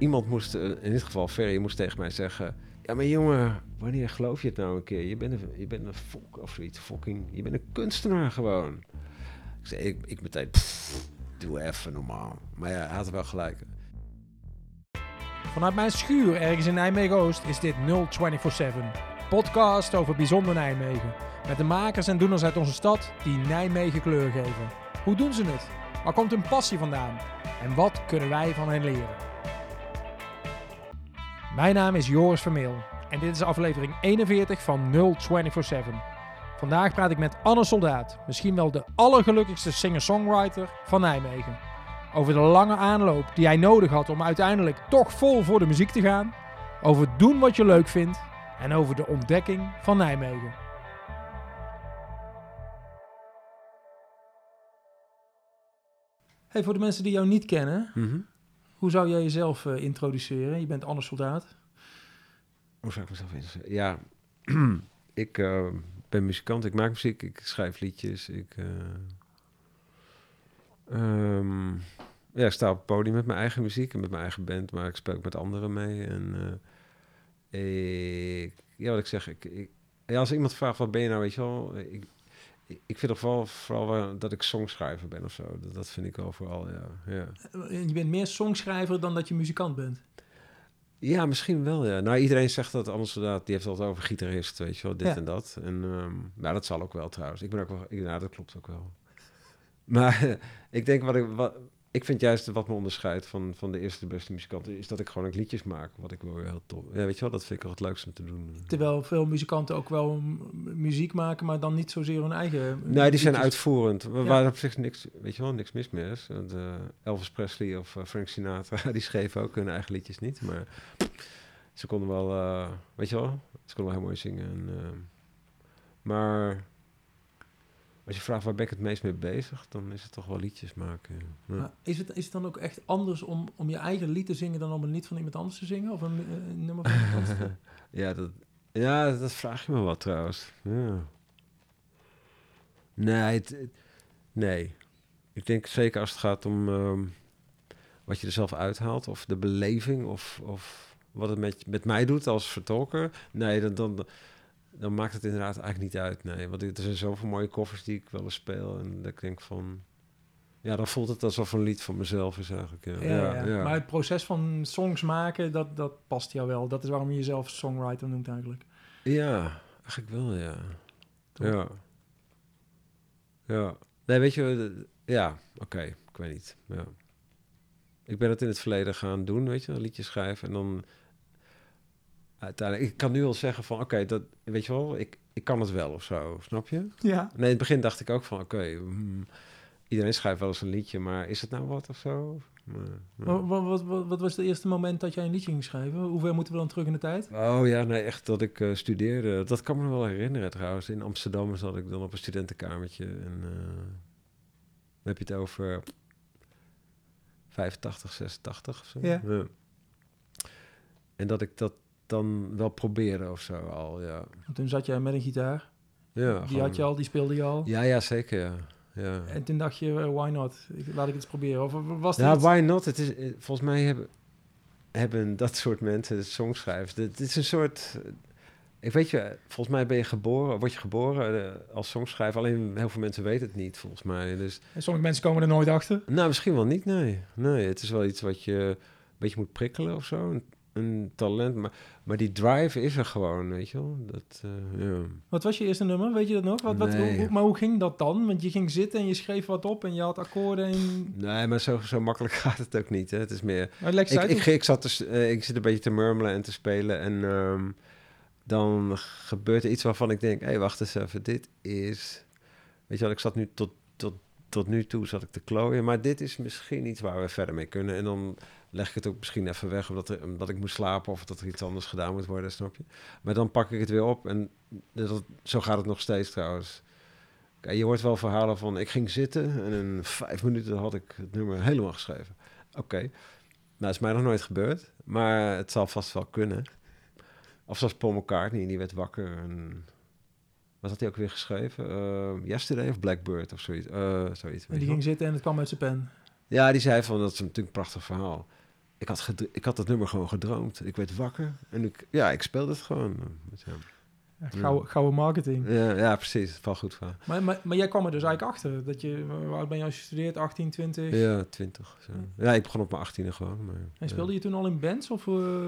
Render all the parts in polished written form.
iemand moest, in dit geval Ferry, moest tegen mij zeggen... Ja, maar jongen, wanneer geloof je het nou een keer? Je bent een volk of zoiets, je bent een kunstenaar gewoon. Ik zei, ik meteen, doe even normaal. Maar ja, hij had er wel gelijk. Vanuit mijn schuur ergens in Nijmegen-Oost is dit 0247. Podcast over bijzonder Nijmegen. Met de makers en doeners uit onze stad die Nijmegen kleur geven. Hoe doen ze het? Waar komt hun passie vandaan? En wat kunnen wij van hen leren? Mijn naam is Joris Vermeel en dit is aflevering 41 van 0247. Vandaag praat ik met Anne Soldaat, misschien wel de allergelukkigste singer-songwriter van Nijmegen. Over de lange aanloop die hij nodig had om uiteindelijk toch vol voor de muziek te gaan. Over doen wat je leuk vindt en over de ontdekking van Nijmegen. Hey, voor de mensen die jou niet kennen, hoe zou jij jezelf introduceren? Je bent Anne Soldaat. Hoe zou ik mezelf introduceren? Ja, ik ben muzikant, ik maak muziek, ik schrijf liedjes, ik sta op het podium met mijn eigen muziek en met mijn eigen band, maar ik speel ook met anderen mee. En wat ik zeg, als iemand vraagt wat ben je nou, weet je wel, ik vind toch vooral dat ik songschrijver ben of zo. Dat vind ik wel vooral, ja. Je bent meer songschrijver dan dat je muzikant bent? Ja, misschien wel, ja. Nou, iedereen zegt dat, anders inderdaad, die heeft het altijd over gitarist, weet je wel, dit en dat. En nou, dat zal ook wel trouwens. Ik ben ook wel, dat klopt ook wel. Maar ik denk ik vind juist wat me onderscheidt van de eerste de beste muzikanten, is dat ik gewoon ook liedjes maak, wat ik wel weer heel tof. Ja, weet je wel, dat vind ik wel het leukste om te doen. Terwijl veel muzikanten ook wel muziek maken, maar dan niet zozeer hun eigen... Nee, die zijn uitvoerend. Waar op zich niks mis mee is. Want, Elvis Presley of Frank Sinatra, die schreven ook hun eigen liedjes niet. Maar ze konden wel, weet je wel, ze konden wel heel mooi zingen. Maar als je vraagt waar ben ik het meest mee bezig, dan is het toch wel liedjes maken. Ja. Maar is het dan ook echt anders om je eigen lied te zingen dan om een lied van iemand anders te zingen? Of een nummer van iemand anders te... dat vraag je me wat trouwens. Ja. Nee. Ik denk zeker als het gaat om wat je er zelf uithaalt, of de beleving, of wat het met mij doet als vertolker. Nee, dan maakt het inderdaad eigenlijk niet uit. Nee, want er zijn zoveel mooie covers die ik wel eens speel. En dat ik denk van... Ja, dan voelt het alsof een lied van mezelf is eigenlijk. Ja. Maar het proces van songs maken, dat past jou wel. Dat is waarom je jezelf songwriter noemt eigenlijk. Ja, eigenlijk wel, ja. Toch? Ja. Nee, weet je... Ja, oké. Ik weet niet. Ja. Ik ben het in het verleden gaan doen, weet je. Een liedje schrijven en dan... Uiteindelijk, ik kan nu al zeggen van, oké, dat weet je wel, ik kan het wel of zo, snap je? Ja. Nee, in het begin dacht ik ook van, iedereen schrijft wel eens een liedje, maar is het nou wat of zo? Wat was het eerste moment dat jij een liedje ging schrijven? Hoe ver moeten we dan terug in de tijd? Oh ja, nee, echt dat ik studeerde. Dat kan me wel herinneren trouwens. In Amsterdam zat ik dan op een studentenkamertje en dan heb je het over 85, 86 of zo. Ja. En dat ik dat dan wel proberen of zo al, ja. En toen zat jij met een gitaar. Ja, Die gewoon... had je al, die speelde je al. Ja, zeker, ja. En toen dacht je, why not? Laat ik het eens proberen. Of was het Ja, iets... why not? Het is, volgens mij hebben dat soort mensen, songschrijvers, dit is een soort... Ik weet je, volgens mij word je geboren als songschrijver. Alleen heel veel mensen weten het niet, volgens mij. Dus, En sommige mensen komen er nooit achter. nou, misschien wel niet, nee. Nee, het is wel iets wat je een beetje moet prikkelen of zo. Een talent, maar die drive is er gewoon, weet je wel. Ja. Wat was je eerste nummer? Weet je dat nog? Nee. Maar hoe ging dat dan? Want je ging zitten en je schreef wat op en je had akkoorden en... Nee, maar zo makkelijk gaat het ook niet, hè. Het is meer... Maar leg eens uit, Ik zit een beetje te murmelen en te spelen en dan gebeurt er iets waarvan ik denk, hé, wacht eens even, dit is... Weet je wel, ik zat nu tot nu toe zat ik te klooien, maar dit is misschien iets waar we verder mee kunnen. En dan leg ik het ook misschien even weg, omdat ik moet slapen of dat er iets anders gedaan moet worden, snap je? Maar dan pak ik het weer op en zo gaat het nog steeds trouwens. Kijk, je hoort wel verhalen van, ik ging zitten en in 5 minuten had ik het nummer helemaal geschreven. Oké. Nou, dat is mij nog nooit gebeurd, maar het zal vast wel kunnen. Of zoals Paul McCartney, die werd wakker en... Wat had hij ook weer geschreven? Yesterday of Blackbird of zoiets. En die ging zitten en het kwam uit zijn pen. Ja, die zei van, dat is natuurlijk een prachtig verhaal. ik had dat nummer gewoon gedroomd. Ik werd wakker en ik speelde het gewoon. Gouden marketing. Ja, precies. Het valt goed van. Maar jij kwam er dus eigenlijk achter. Dat je, hoe oud ben je als je studeert? 18, 20? Ja, 20. Zo. Ja, ik begon op mijn 18e gewoon. Maar, en speelde je toen al in bands? Of,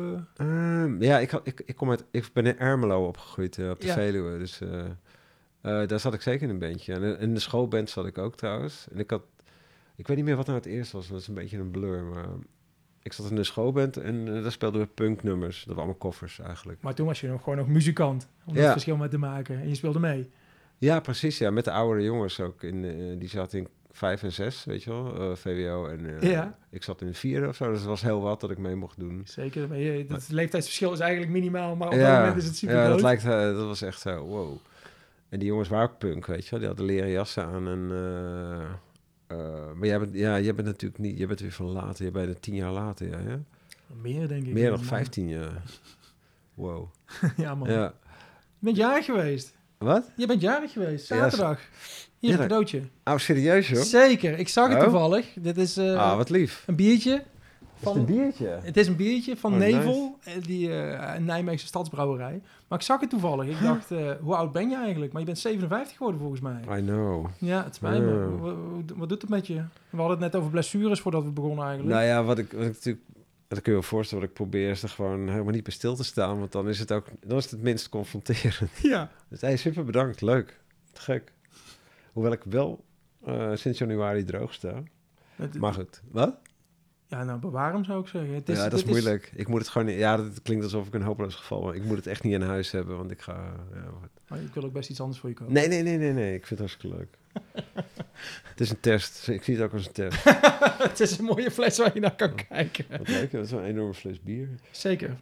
ik ben in Ermelo opgegroeid op de Ja. Veluwe. Dus daar zat ik zeker in een bandje. En in de schoolband zat ik ook trouwens. En ik weet niet meer wat nou het eerste was. Dat is een beetje een blur. Maar ik zat in de schoolband en daar speelden we punknummers. Dat waren allemaal koffers eigenlijk. Maar toen was je gewoon nog muzikant. Om het verschil mee te maken. En je speelde mee. Ja, precies. Ja, met de oudere jongens ook. Die zaten in 5 en 6, weet je wel. VWO. En ik zat in 4 of zo. Dus het was heel wat dat ik mee mocht doen. Zeker. Het leeftijdsverschil is eigenlijk minimaal. Maar op dat moment is het super groot. Dat was echt zo, wow. En die jongens waren ook punk, weet je wel. Die hadden leren jassen aan en... maar jij bent natuurlijk niet... Jij bent weer van later. Jij bent er 10 jaar later, ja? Meer, denk ik. Meer dan 15 jaar. Wow. Ja, man. Ja. Je bent jarig geweest. Wat? Je bent jarig geweest. Zaterdag. Hier een cadeautje. Oh, serieus, joh? Zeker. Ik zag het toevallig. Dit is... wat lief. Een biertje. Is het een biertje? Het is een biertje van Nevel. Nice. Die Nijmeegse stadsbrouwerij. Maar ik zag het toevallig. Ik dacht, hoe oud ben je eigenlijk? Maar je bent 57 geworden volgens mij. I know. Ja, het spijt me. Wat doet het met je? We hadden het net over blessures voordat we begonnen eigenlijk. Nou ja, wat ik natuurlijk... Dat kun je wel voorstellen, wat ik probeer is er gewoon helemaal niet bij stil te staan. Want dan is het minst confronterend. Ja. Dus hey, super bedankt. Leuk. Te gek. Hoewel ik wel sinds januari droog sta. Maar goed. Wat? Ja, nou, bewaar hem zou ik zeggen. Dat is moeilijk. Ik moet het gewoon niet... Ja, dat klinkt alsof ik een hopeloos geval ben. Ik moet het echt niet in huis hebben, want ik ga... Maar ik wil ook best iets anders voor je kopen. Nee. Ik vind het hartstikke leuk. Het is een test. Ik zie het ook als een test. Het is een mooie fles waar je naar kan kijken. Wat leuk. Dat is een enorme fles bier. Zeker.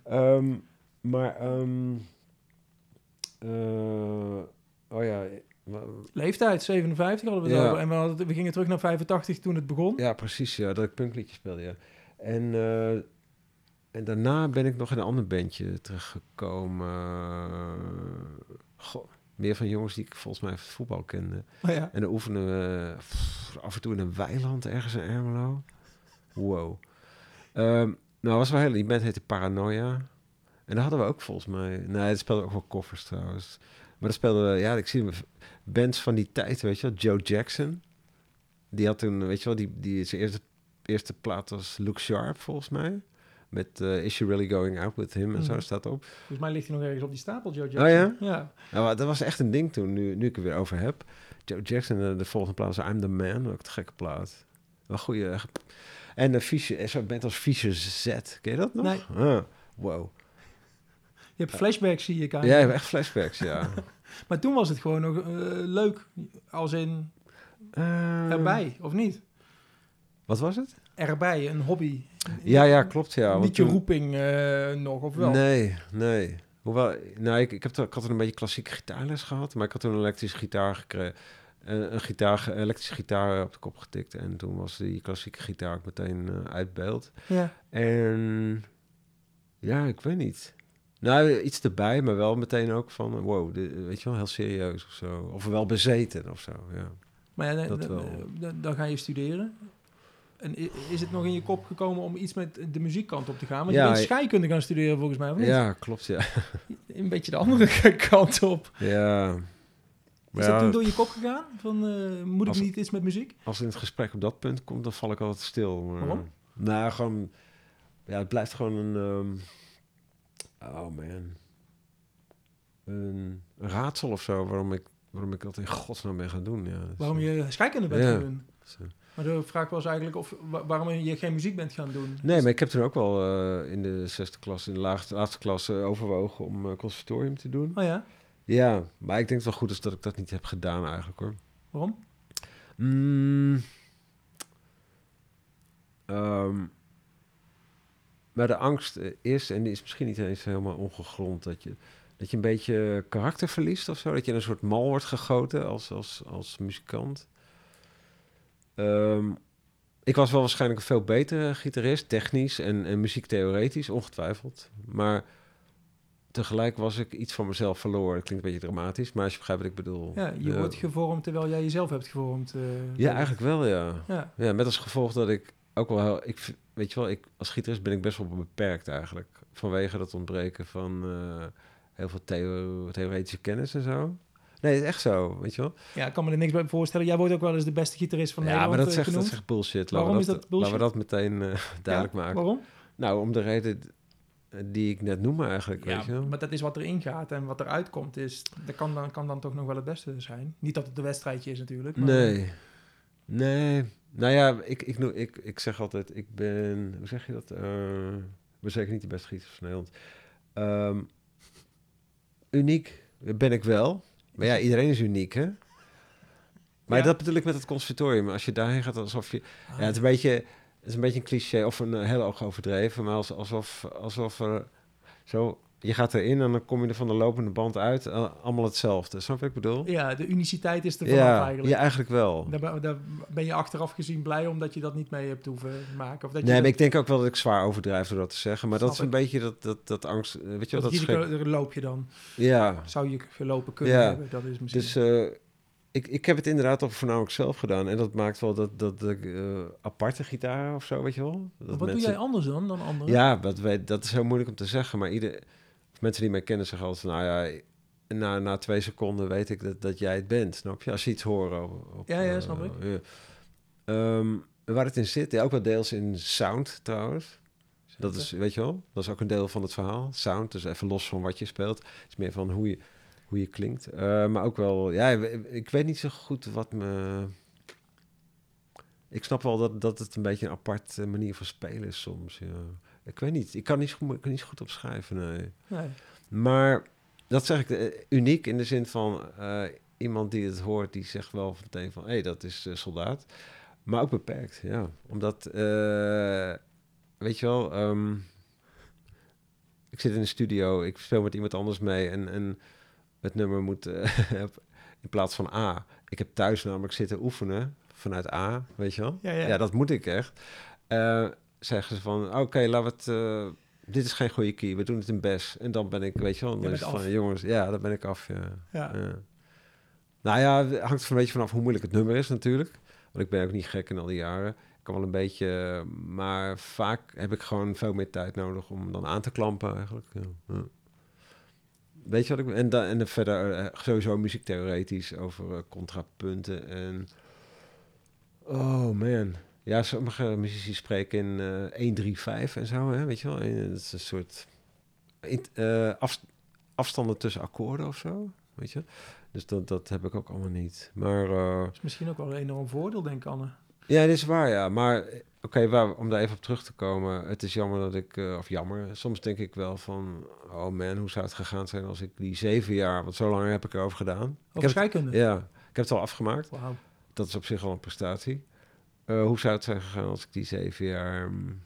Leeftijd, 57 hadden we het over. En we gingen terug naar 85 toen het begon. Ja, precies. Ja, dat ik punkliedje speelde, ja. En daarna ben ik nog in een ander bandje terechtgekomen. Meer van jongens die ik volgens mij van het voetbal kende. Oh ja. En dan oefenen we af en toe in een weiland ergens in Ermelo. Wow. Was wel heel... Die band heette Paranoia. En daar hadden we ook volgens mij... Nee, het speelde ook wel koffers trouwens. Maar dat speelden we... Ja, ik zie bands van die tijd, weet je wel. Joe Jackson. Die had toen, weet je wel... Die zijn eerste plaat was Look Sharp, volgens mij. Met Is She Really Going Out With Him en zo staat op. Volgens mij ligt hij nog ergens op die stapel, Joe Jackson. Oh ja? Ja. Nou, dat was echt een ding toen, nu ik er weer over heb. Joe Jackson, de volgende plaat was I'm The Man. Ook een gekke plaat. Wel goeie... En zo'n band als Fischer Z. Ken je dat nog? Nee. Wow. Je hebt flashbacks, zie ik. Ja, je hebt echt flashbacks, ja. Maar toen was het gewoon nog leuk. Als in erbij, of niet? Wat was het? Erbij, een hobby. Ja, klopt, ja. Niet je roeping nog, of wel? Nee. Hoewel, nou, ik had een beetje klassieke gitaarles gehad, maar ik had toen een elektrische gitaar gekregen. Elektrische gitaar op de kop getikt. En toen was die klassieke gitaar ook meteen uit beeld. Ja. En ja, ik weet niet. Nou, iets erbij, maar wel meteen ook van, wow, weet je wel, heel serieus of zo. Of wel bezeten of zo, ja. Maar ja, dat wel. Dan ga je studeren. En is het nog in je kop gekomen om iets met de muziekkant op te gaan? Want je bent scheikunde gaan studeren volgens mij, of niet? Ja, klopt, ja. Een beetje de andere kant op. Ja. Is dat toen door je kop gegaan? Van, moet ik niet iets met muziek? Als in het gesprek op dat punt komt, dan val ik altijd stil. Maar, waarom? Nou, gewoon... Ja, het blijft gewoon een... Een raadsel of zo, waarom ik dat in godsnaam ben gaan doen. Ja, dus, waarom je scheikunde bent gaan doen? Maar de vraag was eigenlijk waarom je geen muziek bent gaan doen. Nee, maar ik heb toen ook wel in de 6e klas, in de laatste klas overwogen om conservatorium te doen. Oh ja? Ja, maar ik denk het wel goed is dat ik dat niet heb gedaan eigenlijk, hoor. Waarom? Maar de angst is, en die is misschien niet eens helemaal ongegrond, dat je een beetje karakter verliest of zo. Dat je in een soort mal wordt gegoten als muzikant. Ik was wel waarschijnlijk een veel betere gitarist, technisch en muziektheoretisch, ongetwijfeld. Maar tegelijk was ik iets van mezelf verloren. Dat klinkt een beetje dramatisch, maar als je begrijpt wat ik bedoel. Ja, wordt gevormd terwijl jij jezelf hebt gevormd. Ja, eigenlijk wel, ja. Ja, met als gevolg dat ik ook wel heel... Weet je wel, als gitarist ben ik best wel beperkt eigenlijk. Vanwege dat ontbreken van heel veel theoretische kennis en zo. Nee, het is echt zo, weet je wel. Ja, ik kan me er niks bij voorstellen. Jij wordt ook wel eens de beste gitarist van Ja, Nederland maar dat genoemd. zegt bullshit. Waarom is dat bullshit? Laten we dat meteen duidelijk maken. Waarom? Nou, om de reden die ik net noemde eigenlijk, Ja, weet je wel. maar dat is wat erin gaat en wat eruit komt. Dat kan dan toch nog wel het beste zijn. Niet dat het een wedstrijdje is natuurlijk. Maar... Nee. Nou ja, ik zeg altijd, ik ben... Hoe zeg je dat? Ik ben zeker niet de beste gitarist van Nederland. Uniek ben ik wel. Maar ja, iedereen is uniek, hè? Maar dat bedoel ik met het conservatorium. Als je daarheen gaat, alsof je... Ja, het is een beetje een cliché of een heel erg overdreven. Maar alsof zo... Je gaat erin en dan kom je er van de lopende band uit. Allemaal hetzelfde. Snap je wat ik bedoel? Ja, de uniciteit is er vanaf eigenlijk. Ja, eigenlijk wel. Daar ben je achteraf gezien blij omdat je dat niet mee hebt hoeven maken. Of dat maar ik denk ook wel dat ik zwaar overdrijf door dat te zeggen. Maar Snap dat is een beetje dat angst... Weet je wel, dat risico loop je dan. Ja. Zou je gelopen kunnen hebben. Dat is misschien... Dus ik heb het inderdaad toch voornamelijk zelf gedaan. En dat maakt wel dat aparte gitaar of zo, weet je wel. Dat wat doe jij anders dan anderen? Ja, dat is heel moeilijk om te zeggen. Maar mensen die mij kennen zeggen altijd... Nou ja, na 2 seconden weet ik dat jij het bent, snap je? Als je iets hoort op... Ja, snap ik. Waar het in zit, ook wel deels in sound trouwens. Dat is, weet je wel, dat is ook een deel van het verhaal. Sound, dus even los van wat je speelt. Het is meer van hoe je klinkt. Maar ook wel, ja, ik weet niet zo goed wat me... Ik snap wel dat het een beetje een aparte manier van spelen is soms, ja. Ik weet niet, ik kan niet zo goed opschrijven, nee. Maar dat zeg ik, uniek in de zin van... iemand die het hoort, die zegt wel meteen van... Hé, dat is soldaat. Maar ook beperkt, ja. Omdat, weet je wel... ik zit in een studio, ik speel met iemand anders mee... en het nummer moet in plaats van A. Ik heb thuis namelijk zitten oefenen vanuit A, weet je wel? Ja, dat moet ik echt. Zeggen ze van, oké, laten we het... dit is geen goede key, we doen het in bes. En dan ben ik, weet je wel, dan is het van, jongens, ja, dan ben ik af, ja. Nou ja, het hangt een beetje vanaf hoe moeilijk het nummer is natuurlijk. Want ik ben ook niet gek in al die jaren. Ik kan wel een beetje... Maar vaak heb ik gewoon veel meer tijd nodig om dan aan te klampen eigenlijk. Ja. Weet je wat ik... En dan verder sowieso muziektheoretisch over contrapunten en... Oh man. Ja, sommige muzici spreken in 1-3-5 en zo, hè, weet je wel. Het is een soort afstanden tussen akkoorden of zo, weet je. Dus dat heb ik ook allemaal niet. Maar... dat is misschien ook wel een enorm voordeel, denk ik, Anne. Ja, dit is waar, ja. Maar oké, om daar even op terug te komen. Het is jammer dat ik... of jammer, soms denk ik wel van... Oh man, hoe zou het gegaan zijn als ik die 7 jaar... Want zo lang heb ik erover gedaan. Over scheikunde? Ja, ik heb het al afgemaakt. Wow. Dat is op zich al een prestatie. Hoe zou het zijn gegaan als ik die 7 jaar...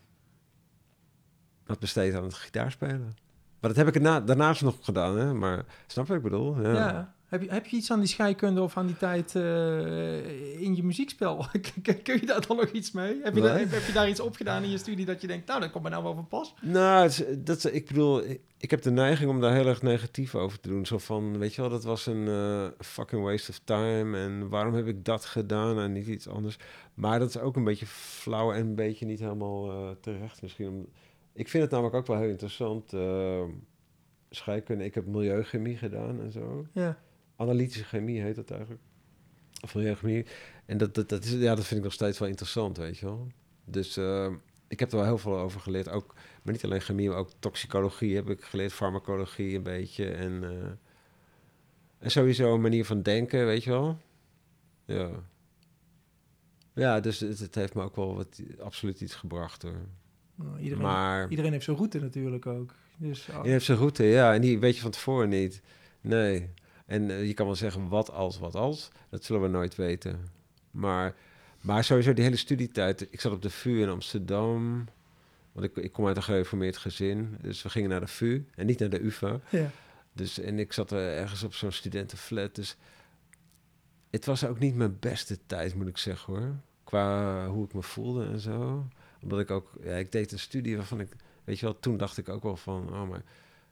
had besteed aan het gitaarspelen? Maar dat heb ik daarnaast nog gedaan, hè. Maar snap je wat ik bedoel? Ja. Heb je iets aan die scheikunde of aan die tijd in je muziekspel? Kun je daar dan nog iets mee? Heb je daar iets opgedaan in je studie dat je denkt... Nou, dat komt me nou wel van pas? Nou, ik bedoel... Ik heb de neiging om daar heel erg negatief over te doen. Zo van, weet je wel, dat was een fucking waste of time. En waarom heb ik dat gedaan en niet iets anders? Maar dat is ook een beetje flauw en een beetje niet helemaal terecht misschien. Ik vind het namelijk ook wel heel interessant. Scheikunde, ik heb milieuchemie gedaan en zo. Ja. Analytische chemie heet dat eigenlijk. Of milieuchemie. En dat vind ik nog steeds wel interessant, weet je wel. Dus ik heb er wel heel veel over geleerd. Ook, maar niet alleen chemie, maar ook toxicologie heb ik geleerd. Farmacologie een beetje. En sowieso een manier van denken, weet je wel. Ja. Ja, dus het heeft me ook wel absoluut iets gebracht, hoor. Iedereen heeft zijn route natuurlijk ook. Dus, Iedereen heeft zijn route, ja. En die weet je van tevoren niet. Nee. En je kan wel zeggen, wat als. Dat zullen we nooit weten. Maar sowieso die hele studietijd. Ik zat op de VU in Amsterdam. Want ik kom uit een gereformeerd gezin. Dus we gingen naar de VU en niet naar de UvA. Ja. Dus, en ik zat ergens op zo'n studentenflat. Dus het was ook niet mijn beste tijd, moet ik zeggen, hoor. Qua hoe ik me voelde en zo. Omdat ik ook... Ja, ik deed een studie waarvan ik... Weet je wel, toen dacht ik ook wel van... Oh, maar...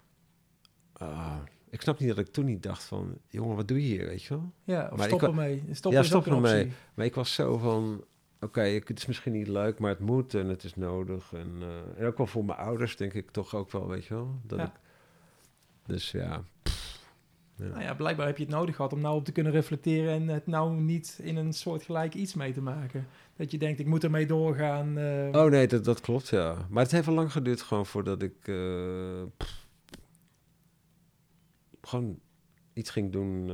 ik snap niet dat ik toen niet dacht van... Jongen, wat doe je hier, weet je wel? Ja, of maar stop ermee. Stop ermee. Maar ik was zo van... oké, het is misschien niet leuk, maar het moet en het is nodig. En ook wel voor mijn ouders denk ik toch ook wel, weet je wel. Dus ja. Nou ja, blijkbaar heb je het nodig gehad om nou op te kunnen reflecteren en het nou niet in een soort gelijk iets mee te maken. Dat je denkt, ik moet ermee doorgaan. Oh nee, dat klopt, ja. Maar het heeft wel lang geduurd gewoon voordat ik gewoon iets ging doen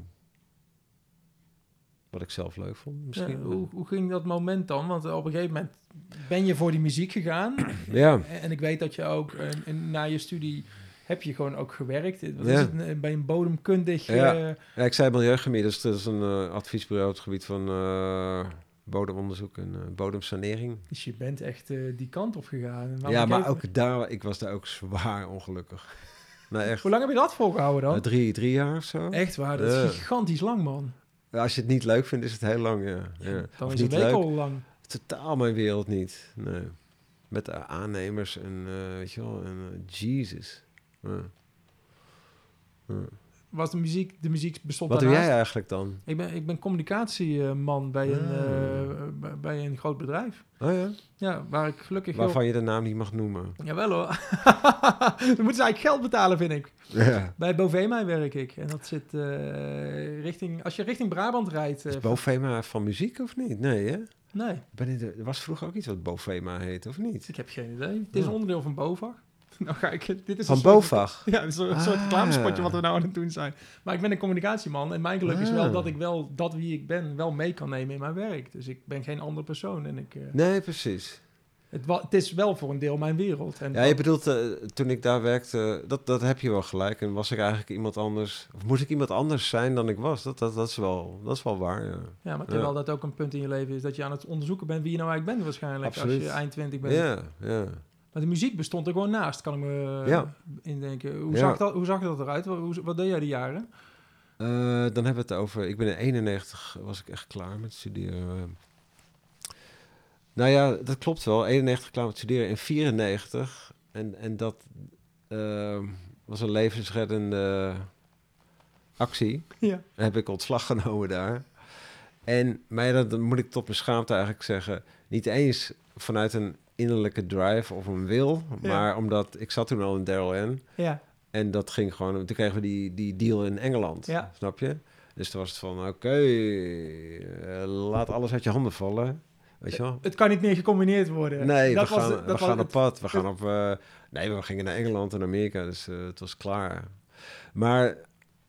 wat ik zelf leuk vond. Misschien. Ja, hoe ging dat moment dan? Want op een gegeven moment ben je voor die muziek gegaan. Ja. En ik weet dat je ook na je studie heb je gewoon ook gewerkt. Wat is Ja. het? Bij een bodemkundig... Ja, ik zei milieuchemie, dus dat is een adviesbureau op het gebied van bodemonderzoek en bodemsanering. Dus je bent echt die kant op gegaan. Ja, maar ook daar, ik was daar ook zwaar ongelukkig. Nou, echt. Hoe lang heb je dat volgehouden dan? 3 jaar of zo. Echt waar, dat is gigantisch lang, man. Ja, als je het niet leuk vindt, is het heel lang, ja. Dan Of is het niet week leuk. al lang. Totaal mijn wereld niet. Nee. Met de aannemers en weet je wel, en Jesus. Was de muziek bestond Wat doe daarnaast. jij eigenlijk dan? Ik ben communicatieman bij een groot bedrijf. Oh ja? Ja, waar ik gelukkig... Waarvan je de naam niet mag noemen. Jawel hoor. Dan moeten ze eigenlijk geld betalen, vind ik. Ja. Bij Bovema werk ik. En dat zit richting... Als je richting Brabant rijdt... Is Bovema van muziek of niet? Nee, hè? Nee, Er was vroeger ook iets wat Bovema heet, of niet? ik heb geen idee. Het is een onderdeel van BOVAG. Nou ga ik... Dit is Van een soort- BOVAG? Ja, een soort reclamespotje wat we nou aan het doen zijn. Maar ik ben een communicatieman. En mijn geluk is wel dat ik wel dat wie ik ben wel mee kan nemen in mijn werk. Dus ik ben geen andere persoon. En Nee, precies. het is wel voor een deel mijn wereld. En Ja, je bedoelt, toen ik daar werkte, dat heb je wel gelijk. En was ik eigenlijk iemand anders, of moest ik iemand anders zijn dan ik was? Dat is wel waar, ja. Ja, maar terwijl dat ook een punt in je leven is dat je aan het onderzoeken bent wie je nou eigenlijk bent waarschijnlijk. Absoluut. Als je eind 20 bent. Ja. Maar de muziek bestond er gewoon naast, kan ik me indenken. Hoe zag dat eruit? Wat deed jij die jaren? Dan hebben we het over, ik ben in 91, was ik echt klaar met studeren. Nou ja, dat klopt wel. 91 klaar met studeren in 94. En dat was een levensreddende actie. Ja. Heb ik ontslag genomen daar. Maar ja, dan moet ik tot mijn schaamte eigenlijk zeggen, niet eens vanuit een innerlijke drive of een wil, maar omdat ik zat toen al in Darrell N. Ja. En dat ging gewoon, toen kregen we die deal in Engeland, snap je? Dus toen was het van, oké, laat alles uit je handen vallen. Weet je wel? Het kan niet meer gecombineerd worden. Nee, we gaan op pad. We gaan we gingen naar Engeland en Amerika, dus het was klaar. Maar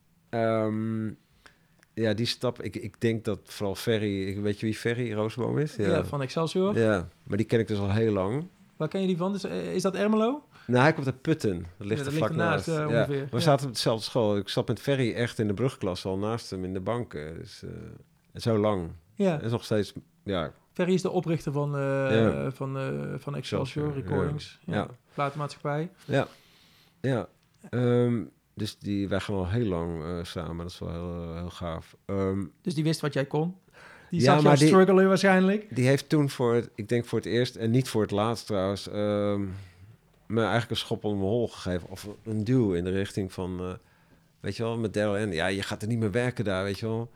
ja, die stap, ik denk dat vooral Ferry, weet je wie Ferry Roosboom is? Ja, van Excelsior. Ja, maar die ken ik dus al heel lang. Waar ken je die van? Is dat Ermelo? Nou, hij komt uit Putten. Dat ligt er vlak naast. Ongeveer. We zaten op dezelfde school. Ik zat met Ferry echt in de brugklas al naast hem in de banken. Dus zo lang. Ja. Is nog steeds, ja. Ferry is de oprichter van Excelsior Recordings. Ja. Platenmaatschappij. Ja. Dus wij gaan al heel lang samen. Dat is wel heel gaaf. Dus die wist wat jij kon? Die zag jou struggelen waarschijnlijk? Die heeft toen ik denk voor het eerst, en niet voor het laatst trouwens, me eigenlijk een schop onder mijn hol gegeven. Of een duw in de richting van, weet je wel, met Darrell N. Ja, je gaat er niet meer werken daar, weet je wel.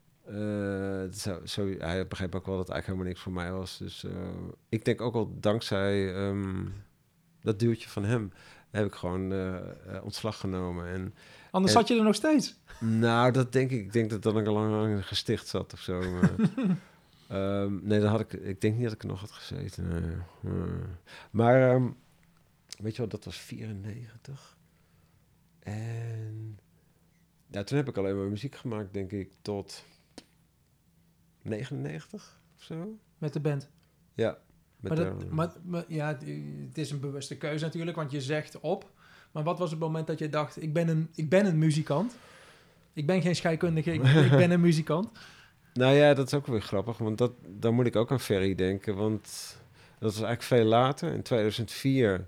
Hij begreep ook wel dat het eigenlijk helemaal niks voor mij was. Dus ik denk ook al dankzij dat duwtje van hem heb ik gewoon ontslag genomen. Anders zat je er nog steeds? Nou, dat denk ik. Ik denk dat ik al lang in een gesticht zat of zo. Nee, dan ik denk niet dat ik er nog had gezeten. Nee. Maar weet je wel, dat was 94. En ja, toen heb ik alleen maar muziek gemaakt, denk ik, tot 99 of zo. Met de band? Ja. Maar ja, het is een bewuste keuze natuurlijk, want je zegt op. Maar wat was het moment dat je dacht, ik ben een muzikant? Ik ben geen scheikundige, ik ben een muzikant. Nou ja, dat is ook weer grappig, want dan moet ik ook aan Ferry denken. Want dat was eigenlijk veel later, in 2004...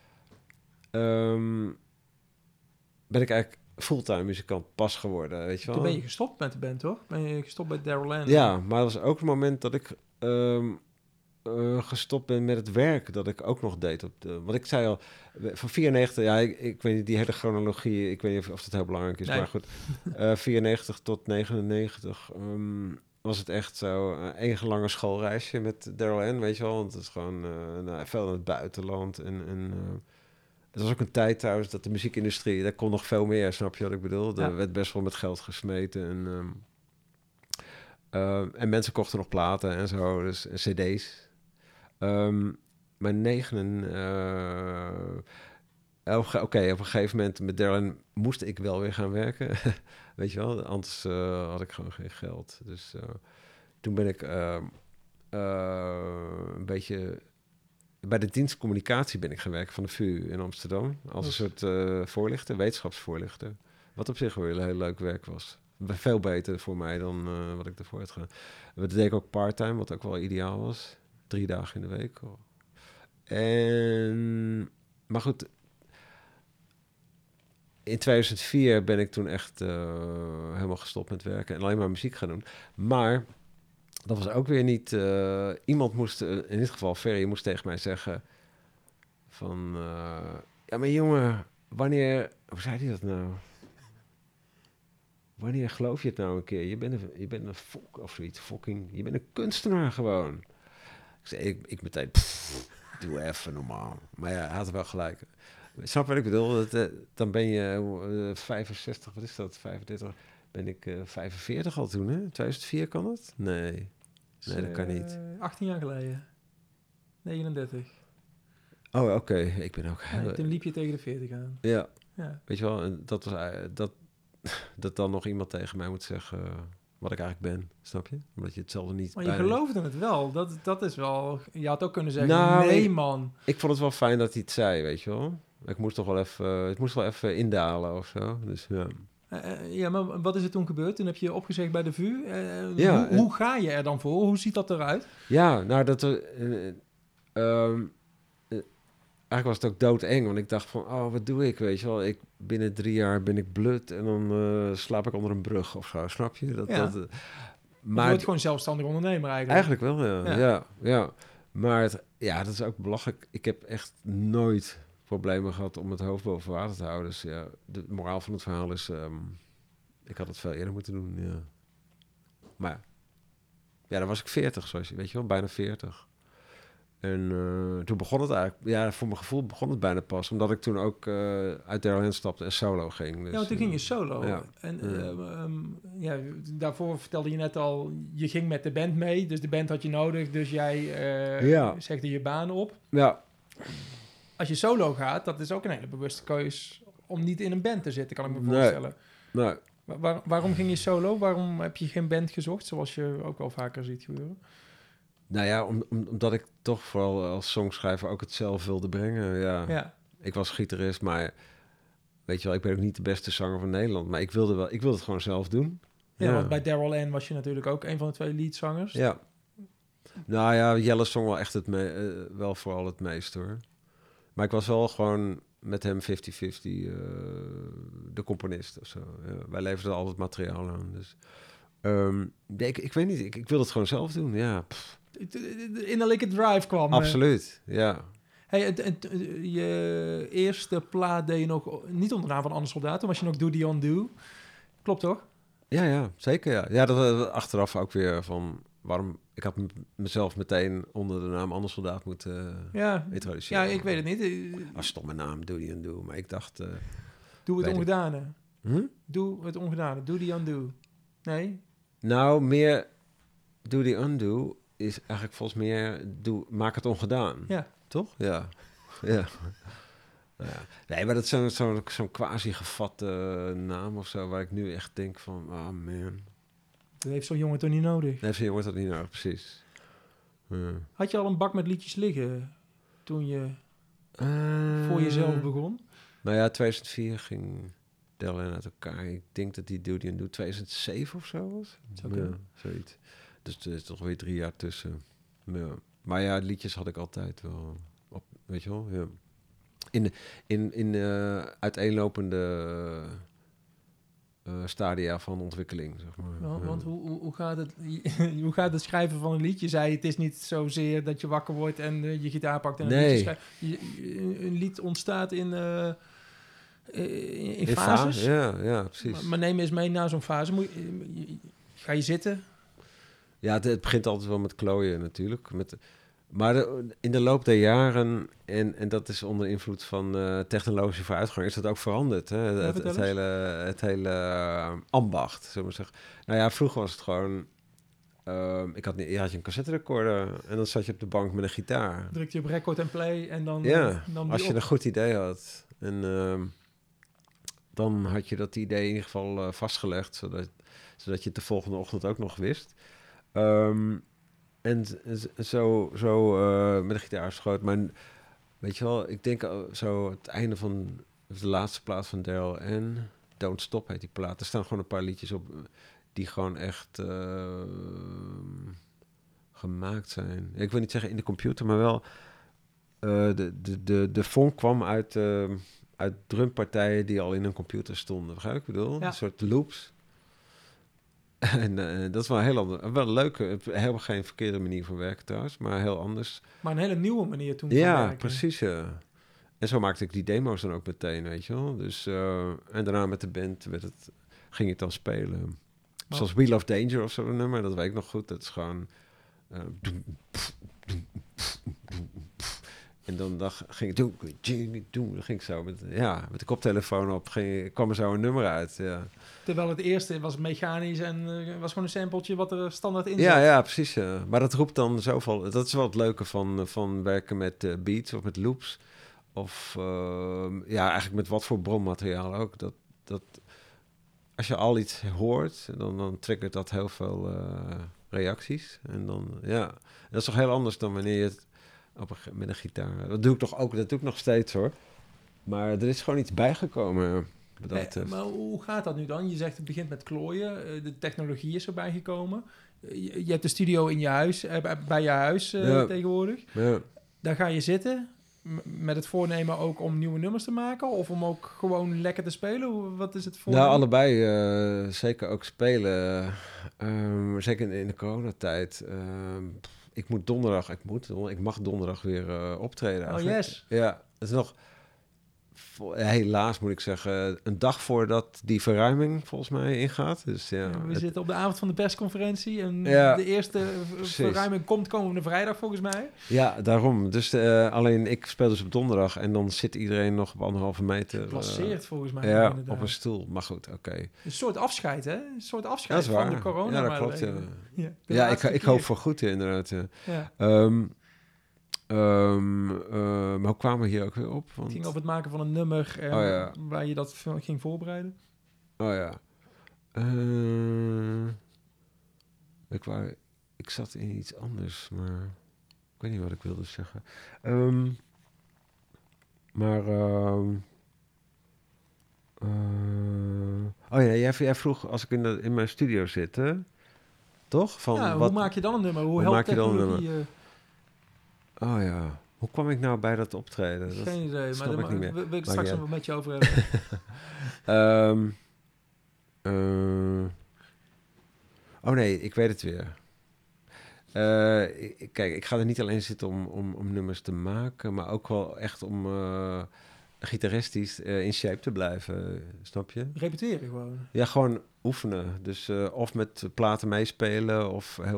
ben ik eigenlijk fulltime muzikant pas geworden, weet je wel. Toen ben je gestopt met de band, toch? Ben je gestopt bij Darrell N. Ja, maar dat was ook het moment dat ik gestopt ben met het werk dat ik ook nog deed. Want ik zei al, van 94, ja, ik weet niet, die hele chronologie, ik weet niet of dat heel belangrijk is, nee. maar goed. 94 tot 99 was het echt zo één lange schoolreisje met Daryl Ann, weet je wel. Want het is gewoon veel in het buitenland. Het was ook een tijd trouwens dat de muziekindustrie, daar kon nog veel meer, snap je wat ik bedoel? Er werd best wel met geld gesmeten. En mensen kochten nog platen en zo, dus cd's. Maar op een gegeven moment met Darren moest ik wel weer gaan werken. Weet je wel, anders had ik gewoon geen geld. Dus toen ben ik een beetje... Bij de dienst communicatie ben ik gaan werken van de VU in Amsterdam. Als een soort voorlichter, wetenschapsvoorlichter. Wat op zich wel een heel leuk werk was. Veel beter voor mij dan wat ik ervoor had gedaan. Dat deed ik ook part-time, wat ook wel ideaal was. 3 dagen in de week. Maar goed, in 2004 ben ik toen echt helemaal gestopt met werken en alleen maar muziek gaan doen. Maar dat was ook weer niet... iemand moest, in dit geval Ferry, moest tegen mij zeggen van... ja, maar jongen, wanneer... Hoe zei hij dat nou? Wanneer geloof je het nou een keer? Je bent een fok of zoiets, fucking... Je bent een kunstenaar gewoon. Ik zei, ik meteen... doe even normaal. Maar ja, hij had er wel gelijk. Snap wat ik bedoel? Dan ben je 65, wat is dat? 35... Ben ik 45 al toen, hè? 2004 kan dat? Nee, dat kan niet. 18 jaar geleden. 39. Oh, oké. Ik ben ook... Toen liep je tegen de 40 aan. Ja. Ja. Weet je wel, en dat was dat dan nog iemand tegen mij moet zeggen wat ik eigenlijk ben, snap je? Omdat je hetzelfde niet... Maar je geloofde het wel. Dat is wel... Je had ook kunnen zeggen, nee man. Ik vond het wel fijn dat hij het zei, weet je wel. Ik moest toch wel even... Het moest wel even indalen of zo. Dus ja... ja, maar wat is er toen gebeurd? Toen heb je opgezegd bij de VU. Ja, hoe ga je er dan voor? Hoe ziet dat eruit? Ja, nou, eigenlijk was het ook doodeng, want ik dacht van, oh, wat doe ik, weet je wel. Binnen 3 jaar ben ik blut en dan slaap ik onder een brug of zo, snap je? Maar je wordt gewoon zelfstandig ondernemer eigenlijk. Eigenlijk wel, ja. Maar dat is ook belachelijk. Ik heb echt nooit problemen gehad om het hoofd boven water te houden. Dus ja, de moraal van het verhaal is... ik had het veel eerder moeten doen, ja. Maar ja, dan was ik 40, zoals je weet je wel, bijna 40. En toen begon het eigenlijk... Ja, voor mijn gevoel begon het bijna pas. Omdat ik toen ook uit Daryl Ann stapte en solo ging. Dus, ja, want toen ging je solo. Ja. En daarvoor vertelde je net al... Je ging met de band mee, dus de band had je nodig. Dus jij zegde je baan op. Ja. Als je solo gaat, dat is ook een hele bewuste keus... om niet in een band te zitten, kan ik me voorstellen. Nee. Waarom ging je solo? Waarom heb je geen band gezocht? Zoals je ook wel vaker ziet gebeuren. Nou ja, omdat ik toch vooral als songschrijver ook het zelf wilde brengen. Ja. Ik was gitarist, maar weet je wel, ik ben ook niet de beste zanger van Nederland. Maar ik wilde het gewoon zelf doen. Ja, want bij Daryl Ann was je natuurlijk ook een van de 2 leadzangers. Ja. Nou ja, Jelle zong wel echt wel vooral het meest hoor. Maar ik was wel gewoon met hem 50-50 de componist of zo. Ja, wij leverden altijd materiaal aan. Dus ik weet niet, ik wil het gewoon zelf doen, ja. De innerlijke drive kwam. Absoluut, ja. Hey, je eerste plaat deed je nog niet onder de naam van Anne Soldaat, toen was je nog Do The Undo. Klopt toch? Ja, zeker ja. Ja, dat achteraf ook weer van waarom... Ik had mezelf meteen onder de naam Anne Soldaat moeten introduceren. Ja, ik weet het niet. Een stomme naam, Do The Undo. Maar ik dacht... Doe het ongedane. Doe het ongedane. Do The Undo. Nee? Nou, meer Do The Undo is eigenlijk volgens meer maak het ongedaan. Ja. Toch? Ja. Ja. Nee, maar dat is zo'n quasi gevatte naam of zo, waar ik nu echt denk van, oh man. Dat heeft zo'n jongen toch niet nodig? Dat heeft zo'n jongen toch niet nodig, precies. Had je al een bak met liedjes liggen toen je voor jezelf begon? Nou ja, 2004 ging Daryl Ann uit elkaar. Ik denk dat die Do The Undo 2007 of zo was. Ja, zoiets. Dus er is toch weer 3 jaar tussen. Ja. Maar ja, liedjes had ik altijd wel op, weet je wel. Ja. In uiteenlopende stadia van ontwikkeling, zeg maar. Ja, want hoe gaat het schrijven van een lied? Je zei, het is niet zozeer dat je wakker wordt en je gitaar pakt en een liedje schrijft. Een lied ontstaat in fases. Ja, precies. Maar neem eens mee naar zo'n fase. Ga je zitten? Ja, het begint altijd wel met klooien natuurlijk. Maar in de loop der jaren, en dat is onder invloed van technologische vooruitgang, is dat ook veranderd. Hè? Het hele ambacht, zullen we zeggen. Nou ja, vroeger was het gewoon... je had je een cassette recorder en dan zat je op de bank met een gitaar. Druk je op record en play en dan... als je een goed idee had. En dan had je dat idee in ieder geval vastgelegd, zodat je het de volgende ochtend ook nog wist. En zo met de gitaar is groot. Maar weet je wel, ik denk zo het einde van de laatste plaat van Daryl en Don't Stop heet die plaat. Er staan gewoon een paar liedjes op die gewoon echt gemaakt zijn. Ik wil niet zeggen in de computer, maar wel de vonk kwam uit drumpartijen die al in een computer stonden. Begrijp ik bedoel? Ja. Een soort loops. En dat is wel heel anders. Wel leuk. Helemaal geen verkeerde manier van werken trouwens, maar heel anders. Maar een hele nieuwe manier toen van Ja, werken. precies. Ja. En zo maakte ik die demo's dan ook meteen, weet je wel. Dus, en daarna met de band ging ik dan spelen. Zoals We Love Danger of zo'n nummer, dat weet ik nog goed. Dat is gewoon... en dan ging ik doen. Dan ging ik zo met de koptelefoon op. Kwam er zo een nummer uit. Ja. Terwijl het eerste was mechanisch en was gewoon een sampletje wat er standaard in zat. Ja, precies. Ja. Maar dat roept dan zoveel. Dat is wel het leuke van werken met beats of met loops. Of eigenlijk met wat voor bronmateriaal ook. Dat als je al iets hoort, dan triggert dat heel veel reacties. En dan, dat is toch heel anders dan wanneer je het met een gitaar... Dat doe ik nog steeds hoor. Maar er is gewoon iets bijgekomen. Maar hoe gaat dat nu dan? Je zegt het begint met klooien. De technologie is erbij gekomen. Je hebt de studio in je huis, bij je huis tegenwoordig. Ja. Daar ga je zitten met het voornemen ook om nieuwe nummers te maken? Of om ook gewoon lekker te spelen? Wat is het voornemen? Nou, allebei. Zeker ook spelen. Zeker in de coronatijd. Ik mag donderdag weer optreden eigenlijk. Oh, yes. Ja, het is nog... Helaas moet ik zeggen, een dag voordat die verruiming volgens mij ingaat. Dus, we zitten op de avond van de persconferentie en de eerste verruiming komt komende vrijdag volgens mij. Ja, daarom. Dus alleen ik speel dus op donderdag en dan zit iedereen nog op 1,5 meter. Geplaceerd volgens mij. Ja, op een stoel. Maar goed, oké. Een soort afscheid, hè? Een soort afscheid van de corona. Ja, dat klopt. Ja, ik hoop voor goed inderdaad. Ja. Maar hoe kwamen we hier ook weer op? Want... Het ging over het maken van een nummer waar je dat ging voorbereiden. Oh ja. Ik zat in iets anders, maar ik weet niet wat ik wilde zeggen. Jij vroeg als ik in mijn studio zit, hè? Toch? Hoe maak je dan een nummer? Hoe helpt technologie? Oh ja. Hoe kwam ik nou bij dat optreden? Geen idee, maar ik niet meer. Wil ik straks nog met je over hebben. Oh nee, ik weet het weer. Kijk, ik ga er niet alleen zitten om nummers te maken, maar ook wel echt om gitaristisch in shape te blijven, snap je? Repeteren gewoon. Ja, gewoon oefenen. Dus of met platen meespelen of heel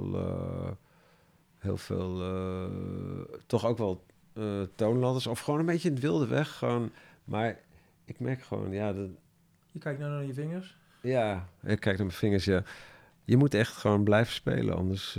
veel toch ook wel toonladders of gewoon een beetje in het wilde weg. Gewoon. Maar ik merk gewoon, Je kijkt nou naar je vingers? Ja, ik kijk naar mijn vingers, ja. Je moet echt gewoon blijven spelen, anders...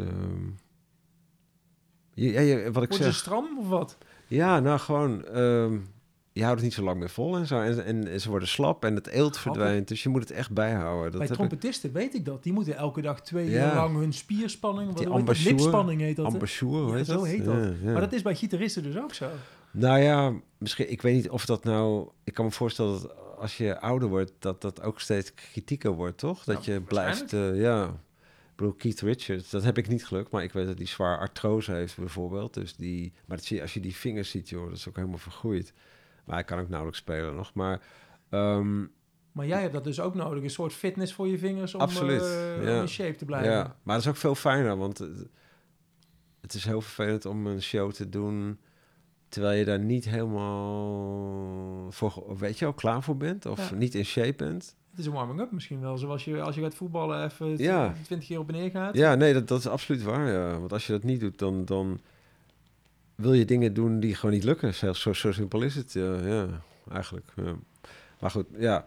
wat ik Wordt zeg... je stram of wat? Ja, nou gewoon... je houdt het niet zo lang meer vol en zo. En ze worden slap en het eelt verdwijnt. Dus je moet het echt bijhouden. Bij trompetisten weet ik dat. Die moeten elke dag 2 uur lang hun spierspanning... lipspanning heet dat. Embouchure, zo heet dat. Ja. Maar dat is bij gitaristen dus ook zo. Nou ja, misschien... Ik weet niet of dat nou... Ik kan me voorstellen dat als je ouder wordt... dat ook steeds kritieker wordt, toch? Dat je blijft... Ik bedoel, Keith Richards, dat heb ik niet gelukt, maar ik weet dat hij zwaar artrose heeft bijvoorbeeld. Dus maar als je die vingers ziet, joh, dat is ook helemaal vergroeid. Maar hij kan ook nauwelijks spelen nog. Maar jij hebt dat dus ook nodig, een soort fitness voor je vingers om in shape te blijven. Ja, maar dat is ook veel fijner, want het is heel vervelend om een show te doen terwijl je daar niet helemaal weet je wel, klaar voor bent. Of niet in shape bent. Het is een warming-up misschien wel. Zoals als je gaat voetballen even 20 keer op en neer gaat. Ja, nee, dat is absoluut waar. Ja. Want als je dat niet doet, dan wil je dingen doen die gewoon niet lukken. Zo simpel is het. Ja, eigenlijk. Ja. Maar goed, ja.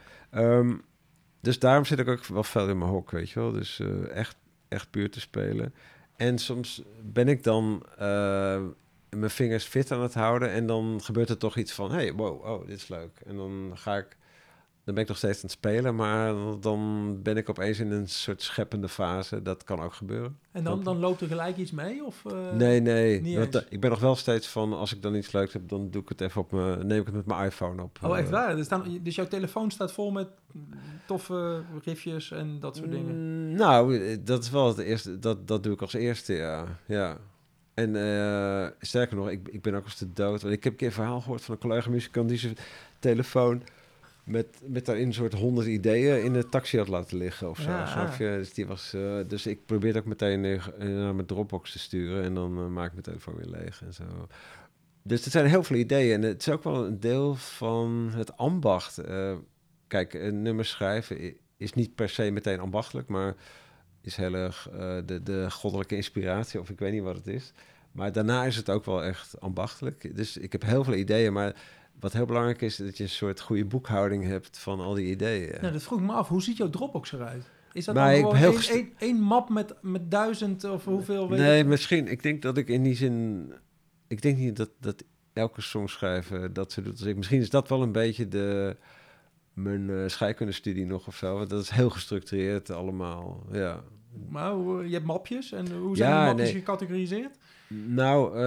Dus daarom zit ik ook wel veel in mijn hok, weet je wel. Dus echt puur te spelen. En soms ben ik dan mijn vingers fit aan het houden en dan gebeurt er toch iets van, hey, wow, oh, dit is leuk. En dan ben ik nog steeds aan het spelen, maar dan ben ik opeens in een soort scheppende fase. Dat kan ook gebeuren. En dan loopt er gelijk iets mee? Of, nee. Want, ik ben nog wel steeds van, als ik dan iets leuks heb, dan doe ik het even neem ik het met mijn iPhone op. Oh, echt waar? Dus jouw telefoon staat vol met toffe riffjes en dat soort dingen? Nou, dat is wel het eerste. Dat doe ik als eerste, ja. En sterker nog, ik ben ook als de dood. Want ik heb een keer een verhaal gehoord van een collega-muzikant die zijn telefoon met daarin een soort 100 ideeën in de taxi had laten liggen of zo. Snap je? Dus, dus ik probeer het ook meteen naar mijn Dropbox te sturen en dan maak ik mijn telefoon weer leeg en zo. Dus er zijn heel veel ideeën en het is ook wel een deel van het ambacht. Kijk, nummers schrijven is niet per se meteen ambachtelijk, maar is heel erg de goddelijke inspiratie, of ik weet niet wat het is. Maar daarna is het ook wel echt ambachtelijk. Dus ik heb heel veel ideeën, maar wat heel belangrijk is dat je een soort goede boekhouding hebt van al die ideeën. Nou, dat vroeg ik me af. Hoe ziet jouw Dropbox eruit? Is dat maar dan gewoon één map met 1000 of hoeveel? Nee, misschien. Ik denk dat ik in die zin... Ik denk niet dat elke songschrijver dat ze doet als ik. Misschien is dat wel een beetje mijn scheikundestudie nog of zo. Want dat is heel gestructureerd allemaal, ja. Maar je hebt mapjes en hoe zijn die mapjes gecategoriseerd? Nou,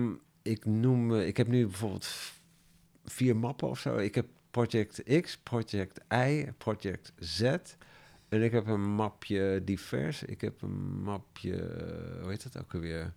ik heb nu bijvoorbeeld 4 mappen of zo. Ik heb Project X, Project Y, Project Z. En ik heb een mapje divers. Ik heb een mapje, hoe heet dat ook alweer?